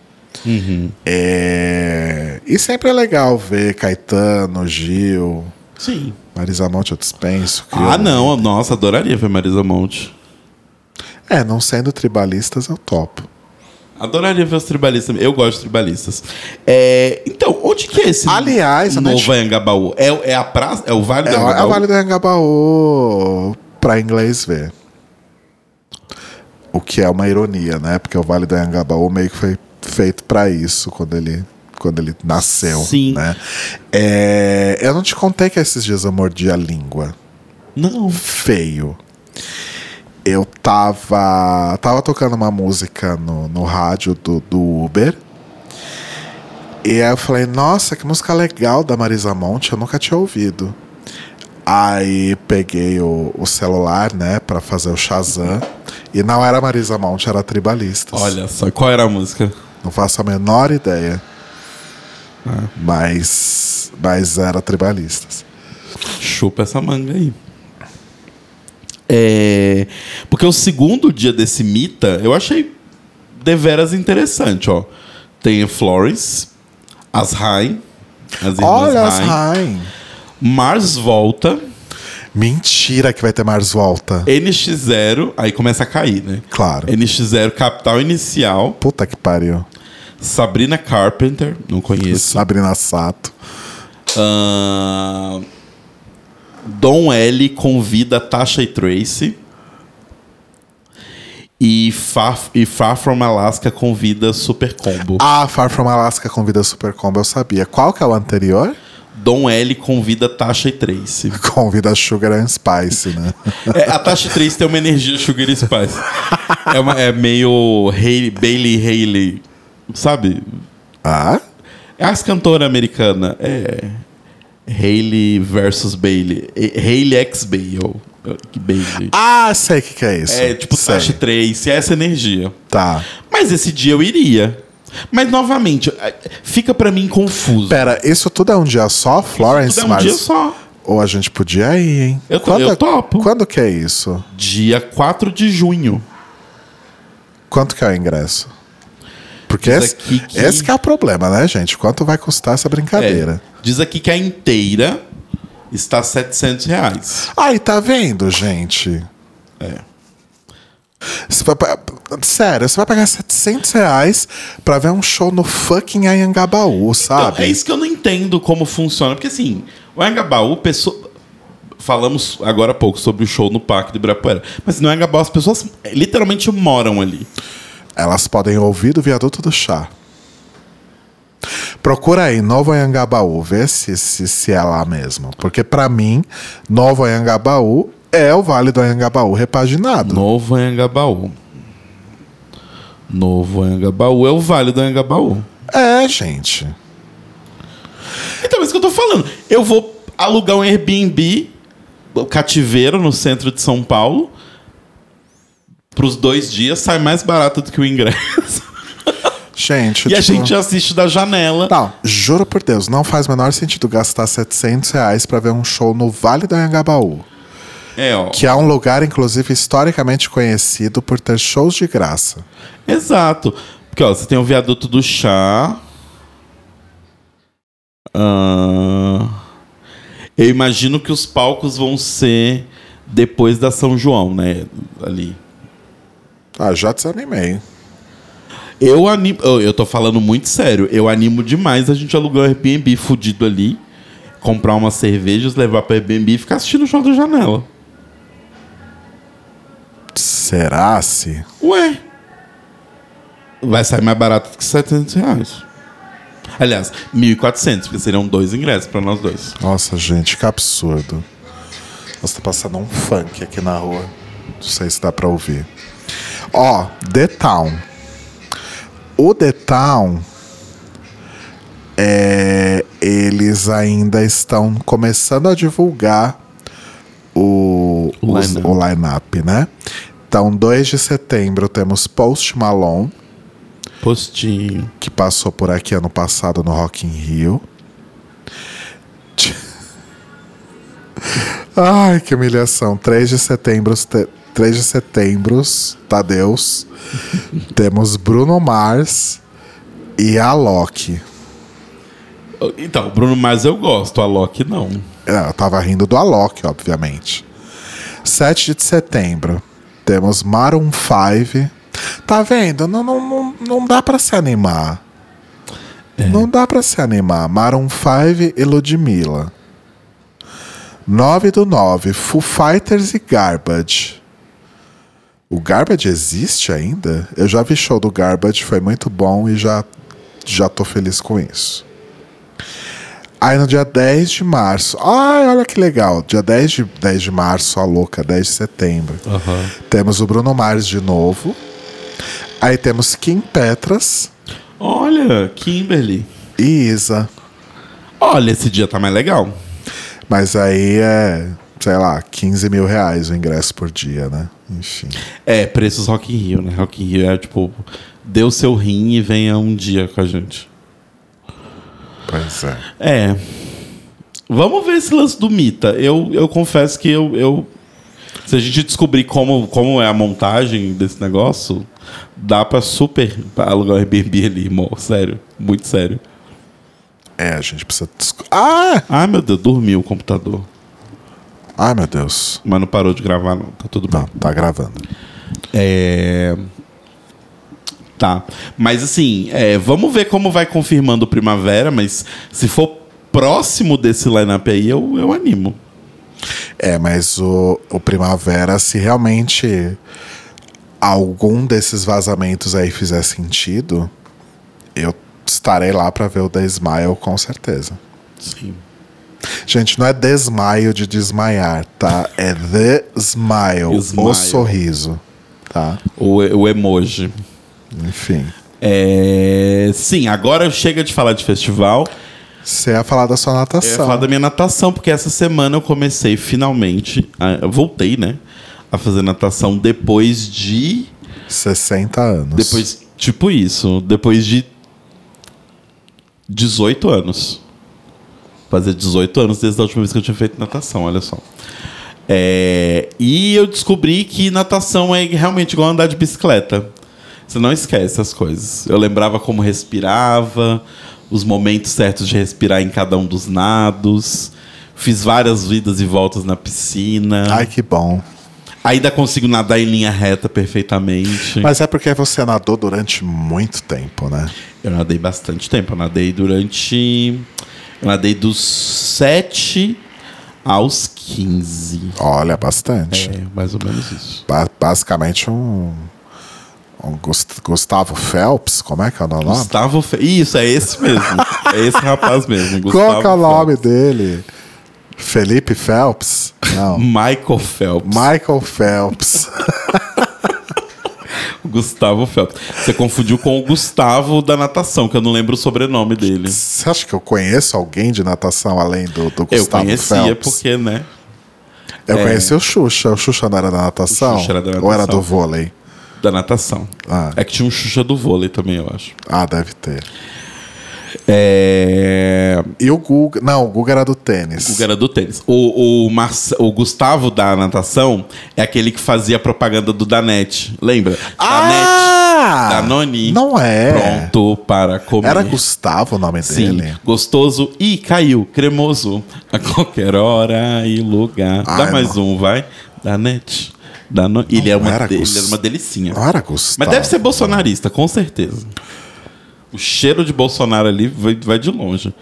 E sempre é legal ver Caetano, Gil... Sim. Marisa Monte eu dispenso. Não. Nossa, adoraria ver Marisa Monte. Não sendo tribalistas, eu topo. Adoraria ver os tribalistas. Eu gosto de tribalistas. Então, onde que é esse novo Anhangabaú? É a praça? É o Vale do Anhangabaú? É o Vale do Anhangabaú pra inglês ver. O que é uma ironia, né? Porque o Vale do Anhangabaú meio que foi feito pra isso quando ele nasceu. Sim. Né? Eu não te contei que esses dias eu mordi a língua. Não. Feio. Eu tava tocando uma música no rádio do Uber. E aí eu falei, nossa, que música legal da Marisa Monte, eu nunca tinha ouvido. Aí peguei o celular, né, pra fazer o Shazam. E não era Marisa Monte, era Tribalistas. Olha só, qual era a música? Não faço a menor ideia. Mas era Tribalistas. Chupa essa manga aí. Porque o segundo dia desse Mita, eu achei deveras interessante, ó. Tem Florence, as Haim, as irmãs Olha as Haim. Haim. Mars Volta. Mentira que vai ter Mars Volta. NX0, aí começa a cair, né? Claro. NX0, Capital Inicial. Puta que pariu. Sabrina Carpenter, não conheço. Sabrina Sato. Dom L convida Tasha e Tracy. E Far From Alaska convida Super Combo. Far From Alaska convida Super Combo, eu sabia. Qual que é o anterior? Dom L convida Tasha e Tracy. Convida Sugar and Spice, né? A Tasha e Tracy tem uma energia Sugar e Spice. É meio Bailey Haley, sabe? É as cantoras americanas. Hailey versus Bailey. Hailey x Bailey. Sei o que é isso. Tipo Tasha e Tracy, essa energia. Tá. Mas esse dia eu iria. Mas, novamente, fica pra mim confuso. Pera, isso tudo é um dia só, Florence? Isso tudo é um dia só. Ou a gente podia ir, hein? Eu topo. Quando que é isso? Dia 4 de junho. Quanto que é o ingresso? Porque esse que é o problema, né, gente? Quanto vai custar essa brincadeira? Diz aqui que a inteira está R$700. Aí, tá vendo, gente? Sério, você vai pagar R$700 pra ver um show no fucking Anhangabaú, sabe? Então, é isso que eu não entendo como funciona. Porque assim, o Anhangabaú, falamos agora há pouco sobre o show no Parque de Ibirapuera. Mas no Anhangabaú as pessoas literalmente moram ali. Elas podem ouvir do Viaduto do Chá. Procura aí, Novo Anhangabaú, vê se é lá mesmo. Porque pra mim, Novo Anhangabaú é o Vale do Anhangabaú repaginado. Novo Anhangabaú. Novo Anhangabaú é o Vale do Anhangabaú. Gente. Então, é isso que eu tô falando. Eu vou alugar um Airbnb, cativeiro, no centro de São Paulo. Pros 2 dias, sai mais barato do que o ingresso. Gente, E a gente assiste da janela. Não, juro por Deus, não faz o menor sentido gastar R$700 pra ver um show no Vale do Anhangabaú. Ó. Que é um lugar, inclusive, historicamente conhecido por ter shows de graça. Exato. Porque, ó, você tem o Viaduto do Chá. Eu imagino que os palcos vão ser depois da São João, né? Ali. Ah, já desanimei. Eu tô falando muito sério. Eu animo demais a gente alugar um Airbnb fudido ali, comprar umas cervejas, levar pra Airbnb e ficar assistindo o show da janela. Será se? Ué. Vai sair mais barato do que R$700. Aliás, 1.400, porque seriam 2 ingressos pra nós dois. Nossa, gente, que absurdo. Nossa, tá passando um funk aqui na rua. Não sei se dá pra ouvir. Ó, The Town. O The Town, eles ainda estão começando a divulgar o line-up, né? Então, 2 de setembro temos Post Malone. Postinho. Que passou por aqui ano passado no Rock in Rio. Ai, que humilhação. 3 de setembro, Tadeus. Temos Bruno Mars e a Alok. Então, o Bruno Mars eu gosto, a Alok não. Eu tava rindo do Alok, obviamente. 7 de setembro, temos Maroon 5. Tá vendo? Não dá pra se animar. Não dá pra se animar. Maroon 5 e Ludmilla. 9/9, Foo Fighters e Garbage. O Garbage existe ainda? Eu já vi show do Garbage, foi muito bom e já tô feliz com isso. Aí no dia 10 de março. Ai, olha que legal. Dia 10 de março, a louca, 10 de setembro. Temos o Bruno Mars de novo. Aí temos Kim Petras. Olha, Kimberly. E Isa. Olha, esse dia tá mais legal. Mas aí sei lá, R$15.000 o ingresso por dia, né? Enfim. Preços Rock in Rio, né? Rock in Rio é tipo, dê o seu rim e venha um dia com a gente. Pois é. Vamos ver esse lance do Mita. Eu confesso que se a gente descobrir como é a montagem desse negócio, dá pra super alugar o Airbnb ali, irmão. Sério. Muito sério. A gente precisa... Ai, meu Deus, dormiu o computador. Ai, meu Deus. Mas não parou de gravar, não. Tá tudo bem. Não, tá gravando. Tá. Mas assim, vamos ver como vai confirmando o Primavera, mas se for próximo desse line-up aí, eu animo. Mas o Primavera, se realmente algum desses vazamentos aí fizer sentido, eu estarei lá pra ver o The Smile, com certeza. Sim. Gente, não é desmaio de desmaiar, tá? É The Smile, o sorriso, tá? O emoji. Enfim. Sim, agora chega de falar de festival. Você ia falar da sua natação. Eu ia falar da minha natação, porque essa semana eu comecei finalmente, voltei, né? A fazer natação depois de... 60 anos. Depois de 18 anos. Fazer 18 anos desde a última vez que eu tinha feito natação, olha só. E eu descobri que natação é realmente igual andar de bicicleta. Você não esquece as coisas. Eu lembrava como respirava, os momentos certos de respirar em cada um dos nados. Fiz várias idas e voltas na piscina. Ai, que bom. Ainda consigo nadar em linha reta perfeitamente. Mas é porque você nadou durante muito tempo, né? Eu nadei bastante tempo. Eu nadei dos 7 aos 15. Olha, bastante. Mais ou menos isso. Basicamente um Gustavo Phelps, como é que é o nome? Gustavo Phelps. Isso, é esse mesmo. É esse rapaz mesmo. Qual que é o nome dele? Felipe Phelps? Não. Michael Phelps. Michael Phelps. Gustavo Phelps. Você confundiu com o Gustavo da natação, que eu não lembro o sobrenome dele. Você acha que eu conheço alguém de natação além do Gustavo Eu conhecia Phelps? porque, né? Eu conheci o Xuxa. O Xuxa não era da natação? O Xuxa era da natação. Ou era do vôlei? Da natação. Ah. É que tinha um Xuxa do vôlei também, eu acho. Ah, deve ter. E o Guga... Não, o Guga era do tênis. O Guga era do tênis. O Gustavo da natação é aquele que fazia propaganda do Danete. Lembra? Danete. Danone. Não é. Pronto para comer. Era Gustavo o nome Sim. dele? Gostoso e caiu. Cremoso. A qualquer hora e lugar. Ai, Dá mais um, vai. Danete. Ele é uma delicinha. Não era Gustavo. Mas deve ser bolsonarista, com certeza. O cheiro de Bolsonaro ali vai de longe.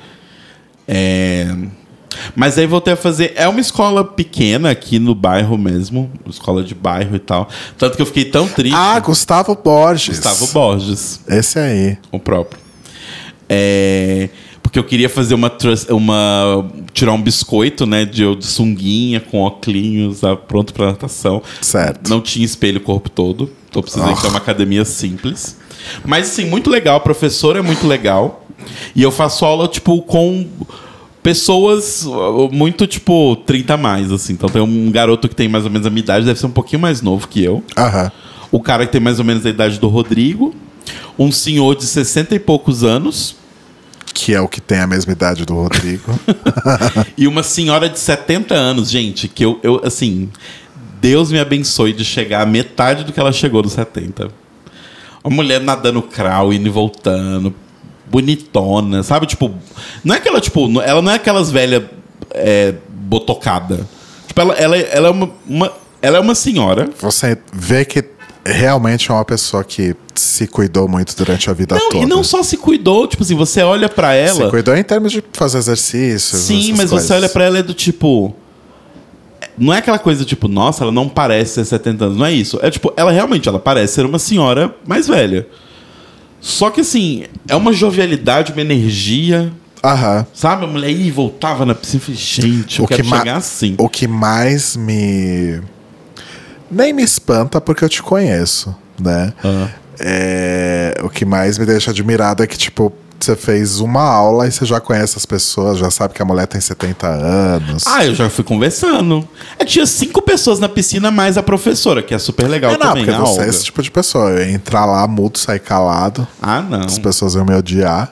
Mas aí voltei a fazer... É uma escola pequena aqui no bairro mesmo. Uma escola de bairro e tal. Tanto que eu fiquei tão triste. Ah, Gustavo Borges. Gustavo Borges. Esse aí. O próprio. Porque eu queria fazer tirar um biscoito, né? De sunguinha, com óculos, pronto pra natação. Certo. Não tinha espelho o corpo todo. Então precisei ter uma academia simples. Mas, assim, muito legal. A professora é muito legal. E eu faço aula, tipo, com pessoas muito, tipo, 30 a mais, assim. Então tem um garoto que tem mais ou menos a minha idade, deve ser um pouquinho mais novo que eu. Aham. O cara que tem mais ou menos a idade do Rodrigo. Um senhor de 60 e poucos anos. Que é o que tem a mesma idade do Rodrigo. E uma senhora de 70 anos, gente, que eu assim... Deus me abençoe de chegar à metade do que ela chegou nos 70. Uma mulher nadando crawl, indo e voltando, bonitona, sabe? Tipo, não é aquela, tipo, ela não é aquelas velhas botocada. Tipo, ela é uma senhora. Você vê que realmente é uma pessoa que se cuidou muito durante a vida toda. E não só se cuidou, tipo assim, você olha pra ela... Se cuidou em termos de fazer exercícios. Sim, mas coisas. você olha pra ela é do tipo... Não é aquela coisa tipo, nossa, ela não parece ter 70 anos. Não é isso. É tipo, ela realmente parece ser uma senhora mais velha. Só que assim, é uma jovialidade, uma energia. Aham. Sabe? A mulher voltava na piscina e falei, gente, eu quero chegar assim. O que mais me... Nem me espanta porque eu te conheço, né? O que mais me deixa admirado é que, tipo, você fez uma aula e você já conhece as pessoas, já sabe que a mulher tem 70 anos. Ah, eu já fui conversando. Tinha 5 pessoas na piscina, mais a professora, que é super legal também. Porque você é esse tipo de pessoa. Eu ia entrar lá, mudo, sair calado. Ah, não. As pessoas iam me odiar.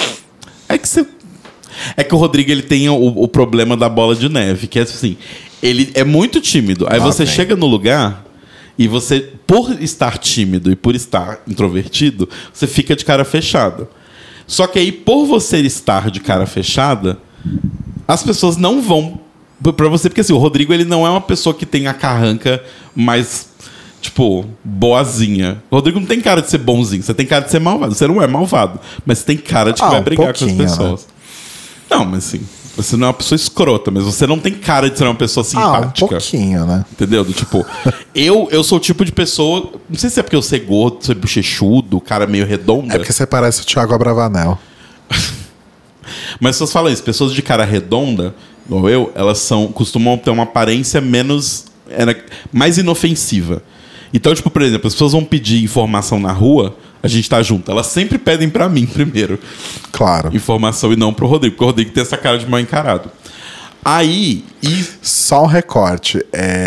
É que o Rodrigo, ele tem o problema da bola de neve, que é assim, ele é muito tímido. Aí você chega no lugar e você, por estar tímido e por estar introvertido, você fica de cara fechada. Só que aí, por você estar de cara fechada, as pessoas não vão pra você. Porque assim, o Rodrigo, ele não é uma pessoa que tem a carranca mais, tipo, boazinha. O Rodrigo não tem cara de ser bonzinho. Você tem cara de ser malvado. Você não é malvado. Mas você tem cara de que vai brigar com as pessoas. Né? Não, mas assim, você não é uma pessoa escrota, mas você não tem cara de ser uma pessoa simpática. Um pouquinho, né? Entendeu? Do tipo, eu sou o tipo de pessoa... Não sei se é porque eu sou gordo, sou bochechudo, cara meio redondo. É porque você parece o Thiago Abravanel. Mas as pessoas falam isso, pessoas de cara redonda, igual eu, elas costumam ter uma aparência mais inofensiva. Então, tipo, por exemplo, as pessoas vão pedir informação na rua, a gente tá junto. Elas sempre pedem pra mim primeiro. Claro. Informação e não pro Rodrigo, porque o Rodrigo tem essa cara de mal encarado. Aí... Só um recorte.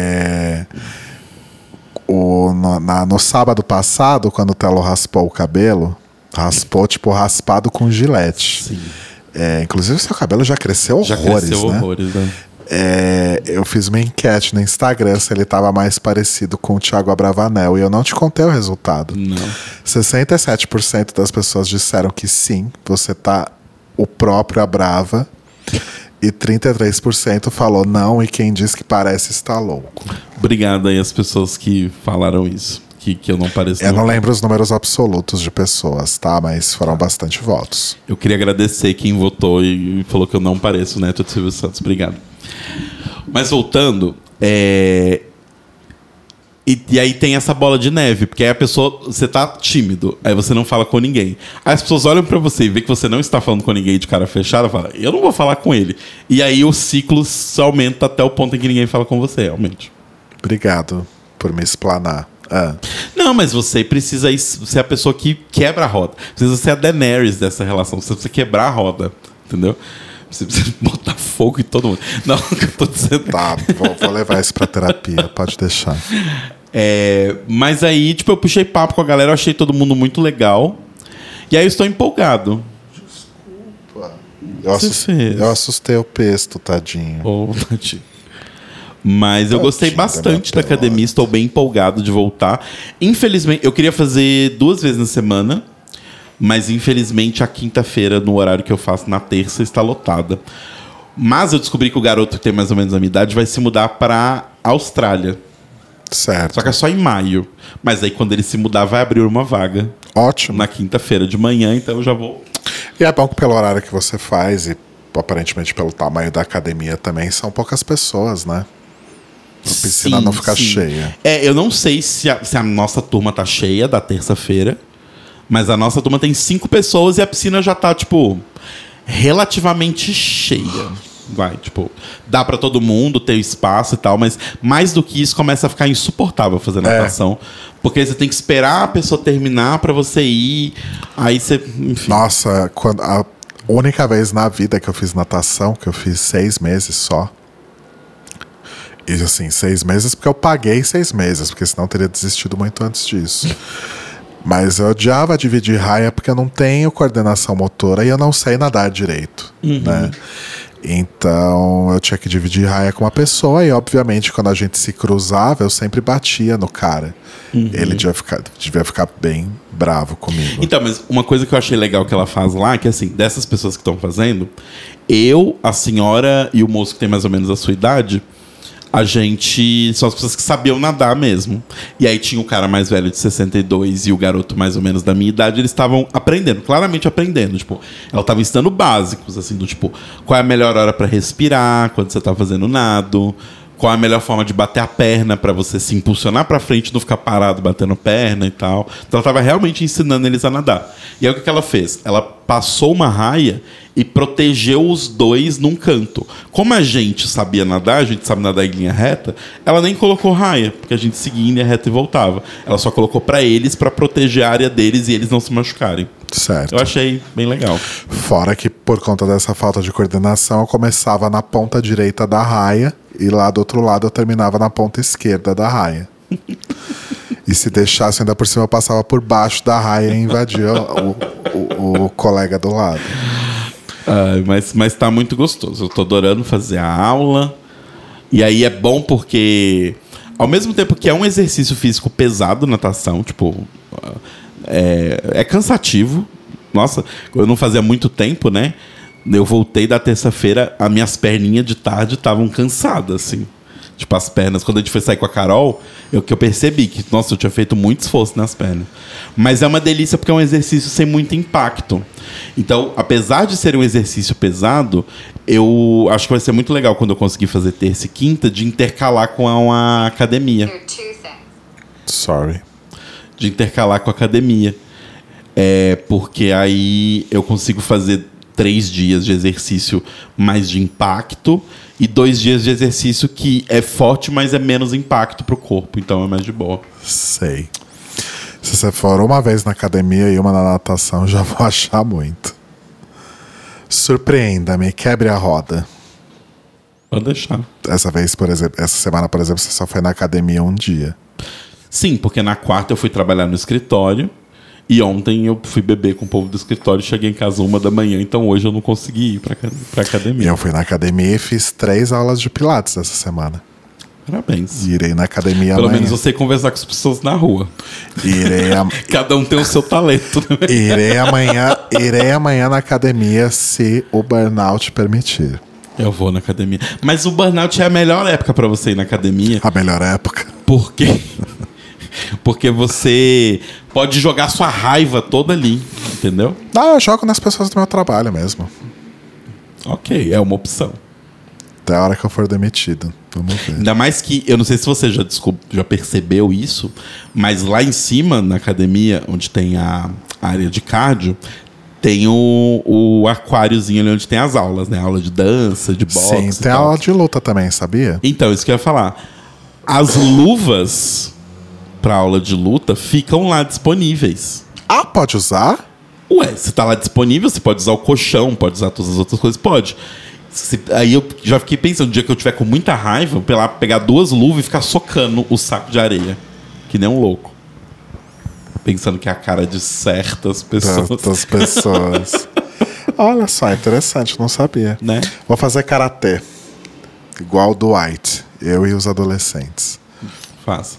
No sábado passado, quando o Telo raspou o cabelo, raspou, tipo, raspado com gilete. Sim. Inclusive, seu cabelo já cresceu horrores, né? Eu fiz uma enquete no Instagram se ele estava mais parecido com o Thiago Abravanel e eu não te contei o resultado. Não. 67% das pessoas disseram que sim, você tá o próprio Abrava, e 33% falou não, e quem diz que parece está louco. Obrigado aí às pessoas que falaram isso. Que eu não pareço. Eu não lembro os números absolutos de pessoas, tá? Mas foram bastante votos. Eu queria agradecer quem votou e falou que eu não pareço o Neto de Silvio Santos. Obrigado. Mas voltando, e aí tem essa bola de neve, porque aí a pessoa, você tá tímido, aí você não fala com ninguém. Aí as pessoas olham pra você e vê que você não está falando com ninguém de cara fechada, fala, eu não vou falar com ele. E aí o ciclo se aumenta até o ponto em que ninguém fala com você, realmente. Obrigado por me explanar. Não, mas você precisa ser a pessoa que quebra a roda. Precisa ser a Daenerys dessa relação. Você precisa quebrar a roda, entendeu? Você precisa botar fogo em todo mundo. Não, o que eu tô dizendo. Tá, vou levar isso pra terapia, pode deixar. Mas aí, tipo, eu puxei papo com a galera, eu achei todo mundo muito legal. E aí eu estou empolgado. Desculpa. Eu assustei o pesto, tadinho. Tadinho. Mas eu gostei bastante da academia, estou bem empolgado de voltar. Infelizmente, eu queria fazer 2 vezes na semana, mas infelizmente a quinta-feira, no horário que eu faço na terça, está lotada. Mas eu descobri que o garoto que tem mais ou menos a minha idade vai se mudar para Austrália. Certo. Só que é só em maio. Mas aí quando ele se mudar vai abrir uma vaga. Ótimo. Na quinta-feira de manhã, então eu já vou. E é bom que pelo horário que você faz e aparentemente pelo tamanho da academia também, são poucas pessoas, né? A piscina não fica cheia. Eu não sei se a nossa turma tá cheia da terça-feira, mas a nossa turma tem 5 pessoas e a piscina já tá, tipo, relativamente cheia. Vai, tipo, dá pra todo mundo ter espaço e tal, mas mais do que isso começa a ficar insuportável fazer natação. Porque você tem que esperar a pessoa terminar pra você ir, aí você, enfim. Nossa, a única vez na vida que eu fiz natação, que eu fiz 6 meses só. E assim, 6 meses porque eu paguei 6 meses, porque senão eu teria desistido muito antes disso. Mas eu odiava dividir raia porque eu não tenho coordenação motora e eu não sei nadar direito, né? Então eu tinha que dividir raia com uma pessoa e obviamente quando a gente se cruzava eu sempre batia no cara. Ele devia ficar bem bravo comigo. Então, mas uma coisa que eu achei legal que ela faz lá, que assim, dessas pessoas que estão fazendo, eu, a senhora e o moço que tem mais ou menos a sua idade, a gente... São as pessoas que sabiam nadar mesmo. E aí tinha o cara mais velho de 62 e o garoto mais ou menos da minha idade. Eles estavam aprendendo, claramente aprendendo. Tipo, ela estava ensinando básicos, assim, do tipo... Qual é a melhor hora para respirar quando você tá fazendo nado? Qual é a melhor forma de bater a perna para você se impulsionar para frente e não ficar parado batendo perna e tal. Então ela estava realmente ensinando eles a nadar. E aí o que ela fez? Ela passou uma raia e protegeu os dois num canto. Como a gente sabia nadar, a gente sabe nadar em linha reta, ela nem colocou raia, porque a gente seguia em linha reta e voltava. Ela só colocou para eles, para proteger a área deles e eles não se machucarem. Certo. Eu achei bem legal. Fora que por conta dessa falta de coordenação, eu começava na ponta direita da raia e lá do outro lado eu terminava na ponta esquerda da raia. E se deixasse ainda por cima, eu passava por baixo da raia e invadia o colega do lado. Mas tá muito gostoso. Eu tô adorando fazer a aula. E aí é bom porque, ao mesmo tempo que é um exercício físico pesado, natação, tipo, é cansativo. Nossa, eu não fazia muito tempo, né? Eu voltei da terça-feira, as minhas perninhas de tarde estavam cansadas, assim. Tipo, as pernas, quando a gente foi sair com a Carol, eu percebi que, nossa, eu tinha feito muito esforço nas pernas. Mas é uma delícia porque é um exercício sem muito impacto. Então, apesar de ser um exercício pesado, eu acho que vai ser muito legal quando eu conseguir fazer terça e quinta, de intercalar com a academia. Sorry. De intercalar com a academia. Porque aí eu consigo fazer 3 dias de exercício mais de impacto e 2 dias de exercício que é forte, mas é menos impacto pro corpo. Então é mais de boa. Sei. Se você for uma vez na academia e uma na natação, já vou achar muito. Surpreenda-me, quebre a roda. Pode deixar. Essa semana, por exemplo, você só foi na academia um dia. Sim, porque na quarta eu fui trabalhar no escritório. E ontem eu fui beber com o povo do escritório e cheguei em casa 1 da manhã, então hoje eu não consegui ir pra academia. E eu fui na academia e fiz 3 aulas de pilates essa semana. Parabéns. Irei na academia Pelo amanhã. menos você conversar com as pessoas na rua. Cada um tem o seu talento. Né? Irei amanhã na academia se o burnout permitir. Eu vou na academia. Mas o burnout é a melhor época pra você ir na academia. A melhor época. Por quê? Porque você pode jogar sua raiva toda ali, entendeu? Eu jogo nas pessoas do meu trabalho mesmo. Ok, é uma opção. Até a hora que eu for demitido. Vamos ver. Ainda mais que, eu não sei se você já percebeu isso, mas lá em cima, na academia, onde tem a área de cardio, tem o aquáriozinho ali onde tem as aulas, né? Aula de dança, de boxe. Sim, tem aula de luta também, sabia? Então, isso que eu ia falar. As luvas pra aula de luta ficam lá disponíveis. Ah, pode usar? Ué, se tá lá disponível, você pode usar o colchão, pode usar todas as outras coisas, pode. Aí eu já fiquei pensando, no dia que eu tiver com muita raiva, eu lá pegar 2 luvas e ficar socando o saco de areia. Que nem um louco. Pensando que é a cara de certas pessoas. Certas pessoas. Olha só, interessante, não sabia. Né? Vou fazer karatê. Igual do Dwight. Eu e os adolescentes. Faça.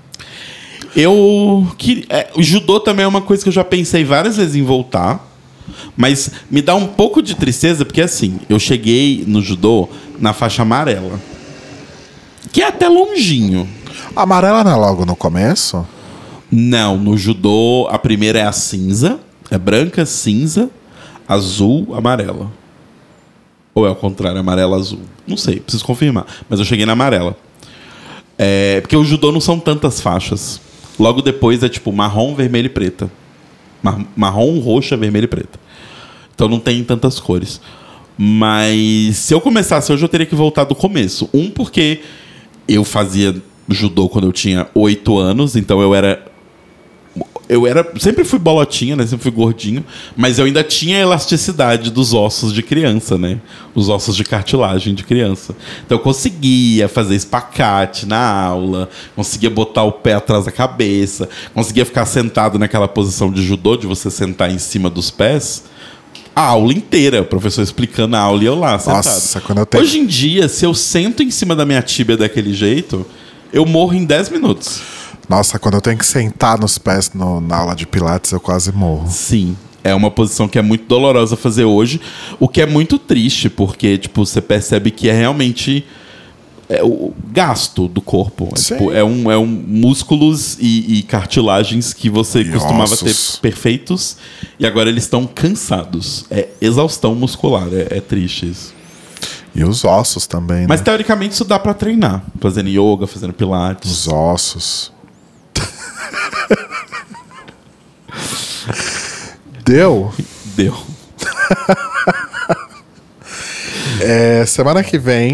O judô também é uma coisa que eu já pensei várias vezes em voltar. Mas me dá um pouco de tristeza, porque assim, eu cheguei no judô na faixa amarela. Que é até longinho. A amarela não é logo no começo? Não, no judô a primeira é a cinza. É branca, cinza, azul, amarela. Ou é ao contrário, amarela, azul. Não sei, preciso confirmar. Mas eu cheguei na amarela. Porque o judô não são tantas faixas. Logo depois é tipo marrom, vermelho e preta. Marrom, roxa, vermelho e preta. Então não tem tantas cores. Mas se eu começasse hoje, eu teria que voltar do começo. Porque eu fazia judô quando eu tinha 8 anos. Então eu era... Sempre fui bolotinha, né? Sempre fui gordinho. Mas eu ainda tinha a elasticidade dos ossos de criança, né? Os ossos de cartilagem de criança. Então eu conseguia fazer espacate na aula. Conseguia botar o pé atrás da cabeça. Conseguia ficar sentado naquela posição de judô, de você sentar em cima dos pés. A aula inteira. O professor explicando a aula e eu lá, sentado. Nossa, quando eu tenho... Hoje em dia, se eu sento em cima da minha tíbia daquele jeito, eu morro em 10 minutos. Nossa, quando eu tenho que sentar nos pés na aula de pilates, eu quase morro. Sim, é uma posição que é muito dolorosa fazer hoje, o que é muito triste, porque tipo, você percebe que é realmente o gasto do corpo. Tipo, é um músculos e cartilagens que você costumava ter perfeitos e agora eles estão cansados. É exaustão muscular, é triste isso. E os ossos também, Mas né? teoricamente isso dá pra treinar, fazendo yoga, fazendo pilates. Os ossos. Deu? Deu. Semana que vem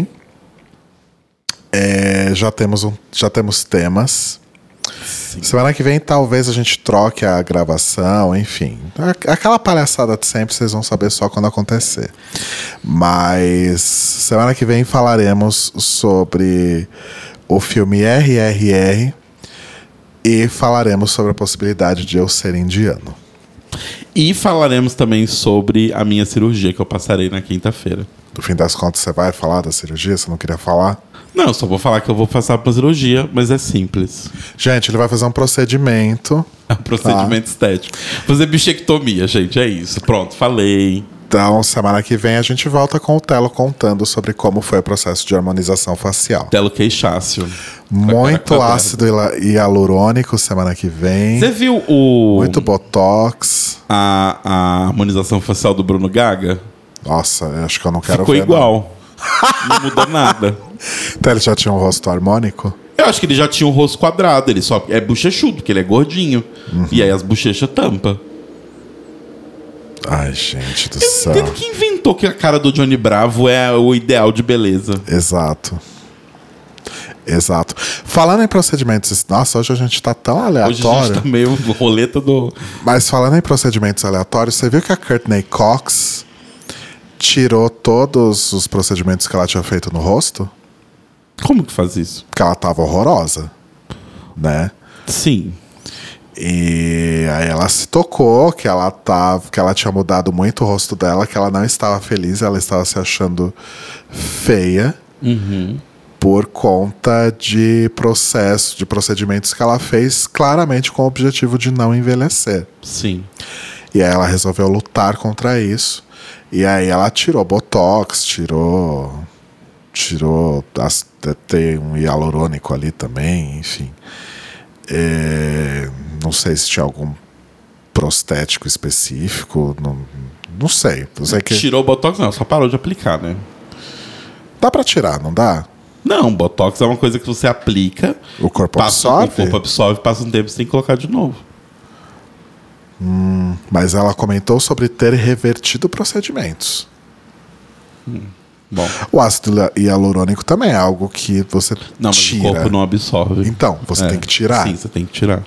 já temos temas. Sim. Semana que vem talvez a gente troque a gravação, enfim. Aquela palhaçada de sempre vocês vão saber só quando acontecer. Mas semana que vem falaremos sobre o filme RRR e falaremos sobre a possibilidade de eu ser indiano. E falaremos também sobre a minha cirurgia que eu passarei na quinta-feira. No fim das contas, você vai falar da cirurgia? Você não queria falar? Não, só vou falar que eu vou passar por uma cirurgia, mas é simples. Gente, ele vai fazer um procedimento. É um procedimento estético. Fazer bichectomia, gente, é isso. Pronto, falei. Então, semana que vem a gente volta com o Telo contando sobre como foi o processo de harmonização facial. Telo queixáceo. Muito ácido hialurônico semana que vem. Você viu muito botox. A harmonização facial do Bruno Gaga? Nossa, eu acho que eu não quero Ficou ver. Ficou igual. Não muda nada. Então ele já tinha um rosto harmônico? Eu acho que ele já tinha um rosto quadrado. Ele só é bochechudo, porque ele é gordinho. E aí as bochechas tampa. Ai, gente do céu. Quem que inventou que a cara do Johnny Bravo é o ideal de beleza? Exato. Falando em procedimentos... Nossa, hoje a gente tá tão aleatório. Hoje a gente tá meio roleta do... Mas falando em procedimentos aleatórios, você viu que a Courtney Cox tirou todos os procedimentos que ela tinha feito no rosto? Como que faz isso? Porque ela tava horrorosa, né? Sim. E aí ela se tocou que ela tinha mudado muito o rosto dela, que ela não estava feliz, ela estava se achando feia por conta de procedimentos que ela fez claramente com o objetivo de não envelhecer. Sim. E aí ela resolveu lutar contra isso. E aí ela tirou botox, tem um hialurônico ali também, enfim. Não sei se tinha algum prostético específico, não sei. Tirou o botox, não, só parou de aplicar, né? Dá pra tirar, não dá? Não, botox é uma coisa que você aplica, o corpo absorve? O corpo absorve, passa um tempo, você tem que colocar de novo. Mas ela comentou sobre ter revertido procedimentos. Bom. O ácido hialurônico também é algo que você Não, mas tira. o corpo não absorve. Então, você tem que tirar. Sim, você tem que tirar.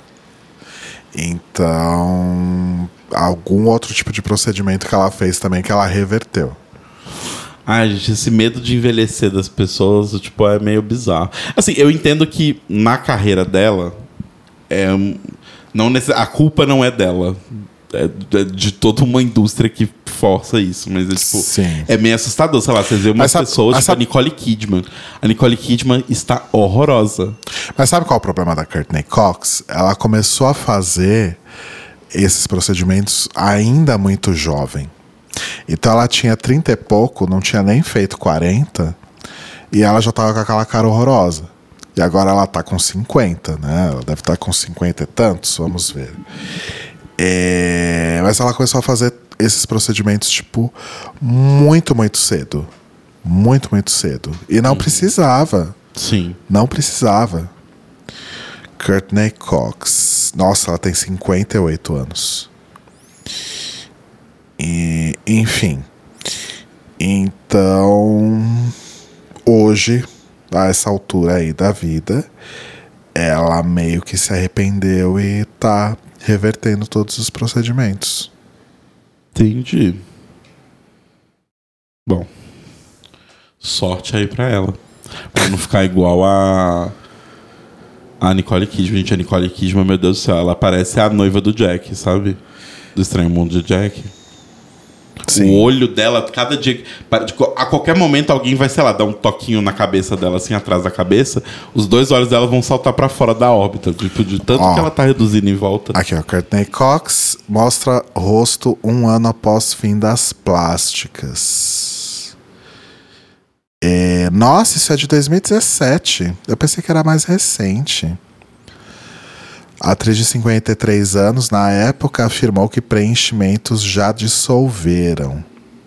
Então, algum outro tipo de procedimento que ela fez também que ela reverteu. Ai, gente, esse medo de envelhecer das pessoas, tipo, é meio bizarro. Assim, eu entendo que na carreira dela, a culpa não é dela. É de toda uma indústria que força isso. Mas é, tipo, Sim. é meio assustador. Sei lá, vocês veem umas pessoas, tipo a Nicole Kidman. A Nicole Kidman está horrorosa. Mas sabe qual é o problema da Courtney Cox? Ela começou a fazer esses procedimentos ainda muito jovem. Então ela tinha 30 e pouco, não tinha nem feito 40, e ela já estava com aquela cara horrorosa. E agora ela tá com 50, né? Ela deve estar com 50 e tantos, vamos ver. Mas ela começou a fazer esses procedimentos, tipo, muito, muito cedo. Muito, muito cedo. E não precisava. Sim. Não precisava. Courtney Cox. Nossa, ela tem 58 anos. E, enfim. Então, hoje, a essa altura aí da vida, ela meio que se arrependeu e tá revertendo todos os procedimentos. Entendi. Bom, sorte aí pra ela. Pra não ficar igual a Nicole Kidman. Gente, a Nicole Kidman, meu Deus do céu, ela parece a noiva do Jack, sabe? Do Estranho Mundo de Jack. Sim. O olho dela, cada dia... A qualquer momento alguém vai, sei lá, dar um toquinho na cabeça dela, assim, atrás da cabeça. Os dois olhos dela vão saltar pra fora da órbita. Tipo, de tanto que ela tá reduzindo em volta. Aqui, ó. Courtney Cox mostra rosto 1 ano após fim das plásticas. Nossa, isso é de 2017. Eu pensei que era mais recente. A atriz de 53 anos, na época, afirmou que preenchimentos já dissolveram.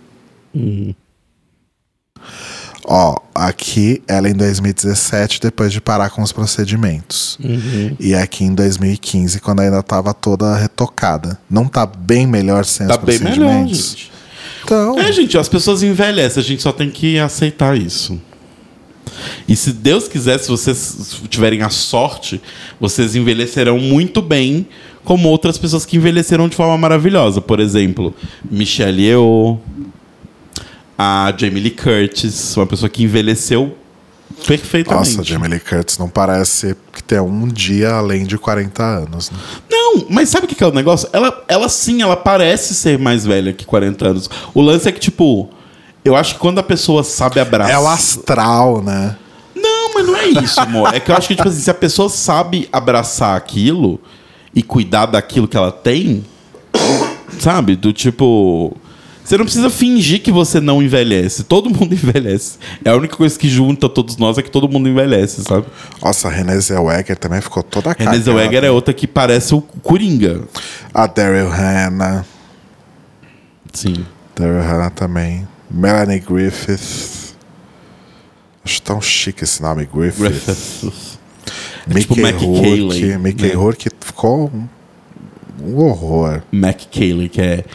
Ó, aqui ela em 2017, depois de parar com os procedimentos. E aqui em 2015, quando ainda estava toda retocada. Não tá bem melhor sem os procedimentos? Tá bem melhor, gente. Então... gente, as pessoas envelhecem, a gente só tem que aceitar isso. E se Deus quiser, se vocês tiverem a sorte, vocês envelhecerão muito bem, como outras pessoas que envelheceram de forma maravilhosa. Por exemplo, Michelle Yeoh, a Jamie Lee Curtis, uma pessoa que envelheceu perfeitamente. Nossa, Jamie Lee Curtis não parece que tem um dia além de 40 anos. Né? Não, mas sabe o que é o negócio? Ela sim, ela parece ser mais velha que 40 anos. O lance é que, tipo... Eu acho que quando a pessoa sabe abraçar... É o astral, né? Não, mas não é isso, amor. É que eu acho que, tipo assim, se a pessoa sabe abraçar aquilo e cuidar daquilo que ela tem, sabe? Do tipo... Você não precisa fingir que você não envelhece. Todo mundo envelhece. É a única coisa que junta todos nós é que todo mundo envelhece, sabe? Nossa, a Renée Zellweger também ficou toda cagada. Renée Zellweger é outra que parece o Coringa. A Daryl Hannah. Sim. Daryl Hannah também. Melanie Griffith. Acho tão chique esse nome, Griffith. Mickey Rourke. Mickey Rourke ficou um horror. McKaylee, que é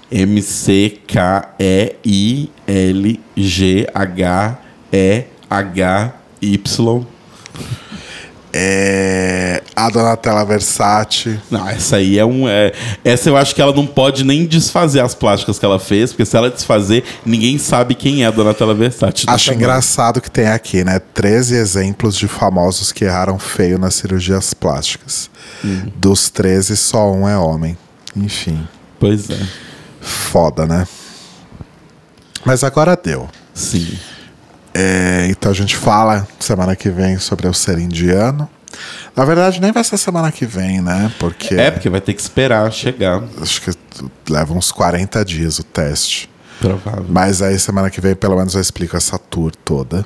McKeilghyey. A Donatella Versace. Não, essa aí essa eu acho que ela não pode nem desfazer as plásticas que ela fez, porque se ela desfazer, ninguém sabe quem é a Donatella Versace. Acho engraçado que tem aqui, né? 13 exemplos de famosos que erraram feio nas cirurgias plásticas. Dos 13, só um é homem. Enfim. Pois é. Foda, né? Mas agora deu. Sim. Então a gente fala semana que vem sobre eu ser indiano. Na verdade, nem vai ser semana que vem, né? Porque vai ter que esperar chegar. Acho que leva uns 40 dias o teste. Provável. Mas aí semana que vem, pelo menos, eu explico essa tour toda.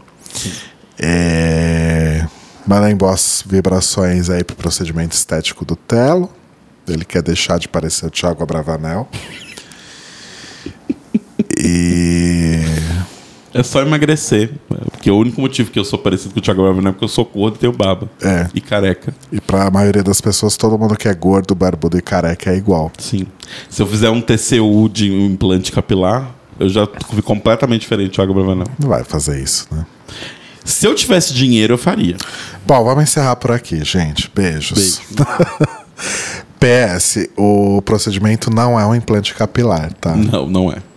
Mandem boas vibrações aí pro procedimento estético do Telo. Ele quer deixar de parecer o Thiago Abravanel. É só emagrecer. Porque o único motivo que eu sou parecido com o Thiago Abravanel é porque eu sou gordo e tenho barba. E careca. E pra maioria das pessoas, todo mundo que é gordo, barbudo e careca é igual. Sim. Se eu fizer um TCU de um implante capilar, Eu já vi completamente diferente o Água Bravanel. Não vai fazer isso, né? Se eu tivesse dinheiro, eu faria. Bom, vamos encerrar por aqui, gente. Beijos. PS, o procedimento não é um implante capilar, tá? Não, não é.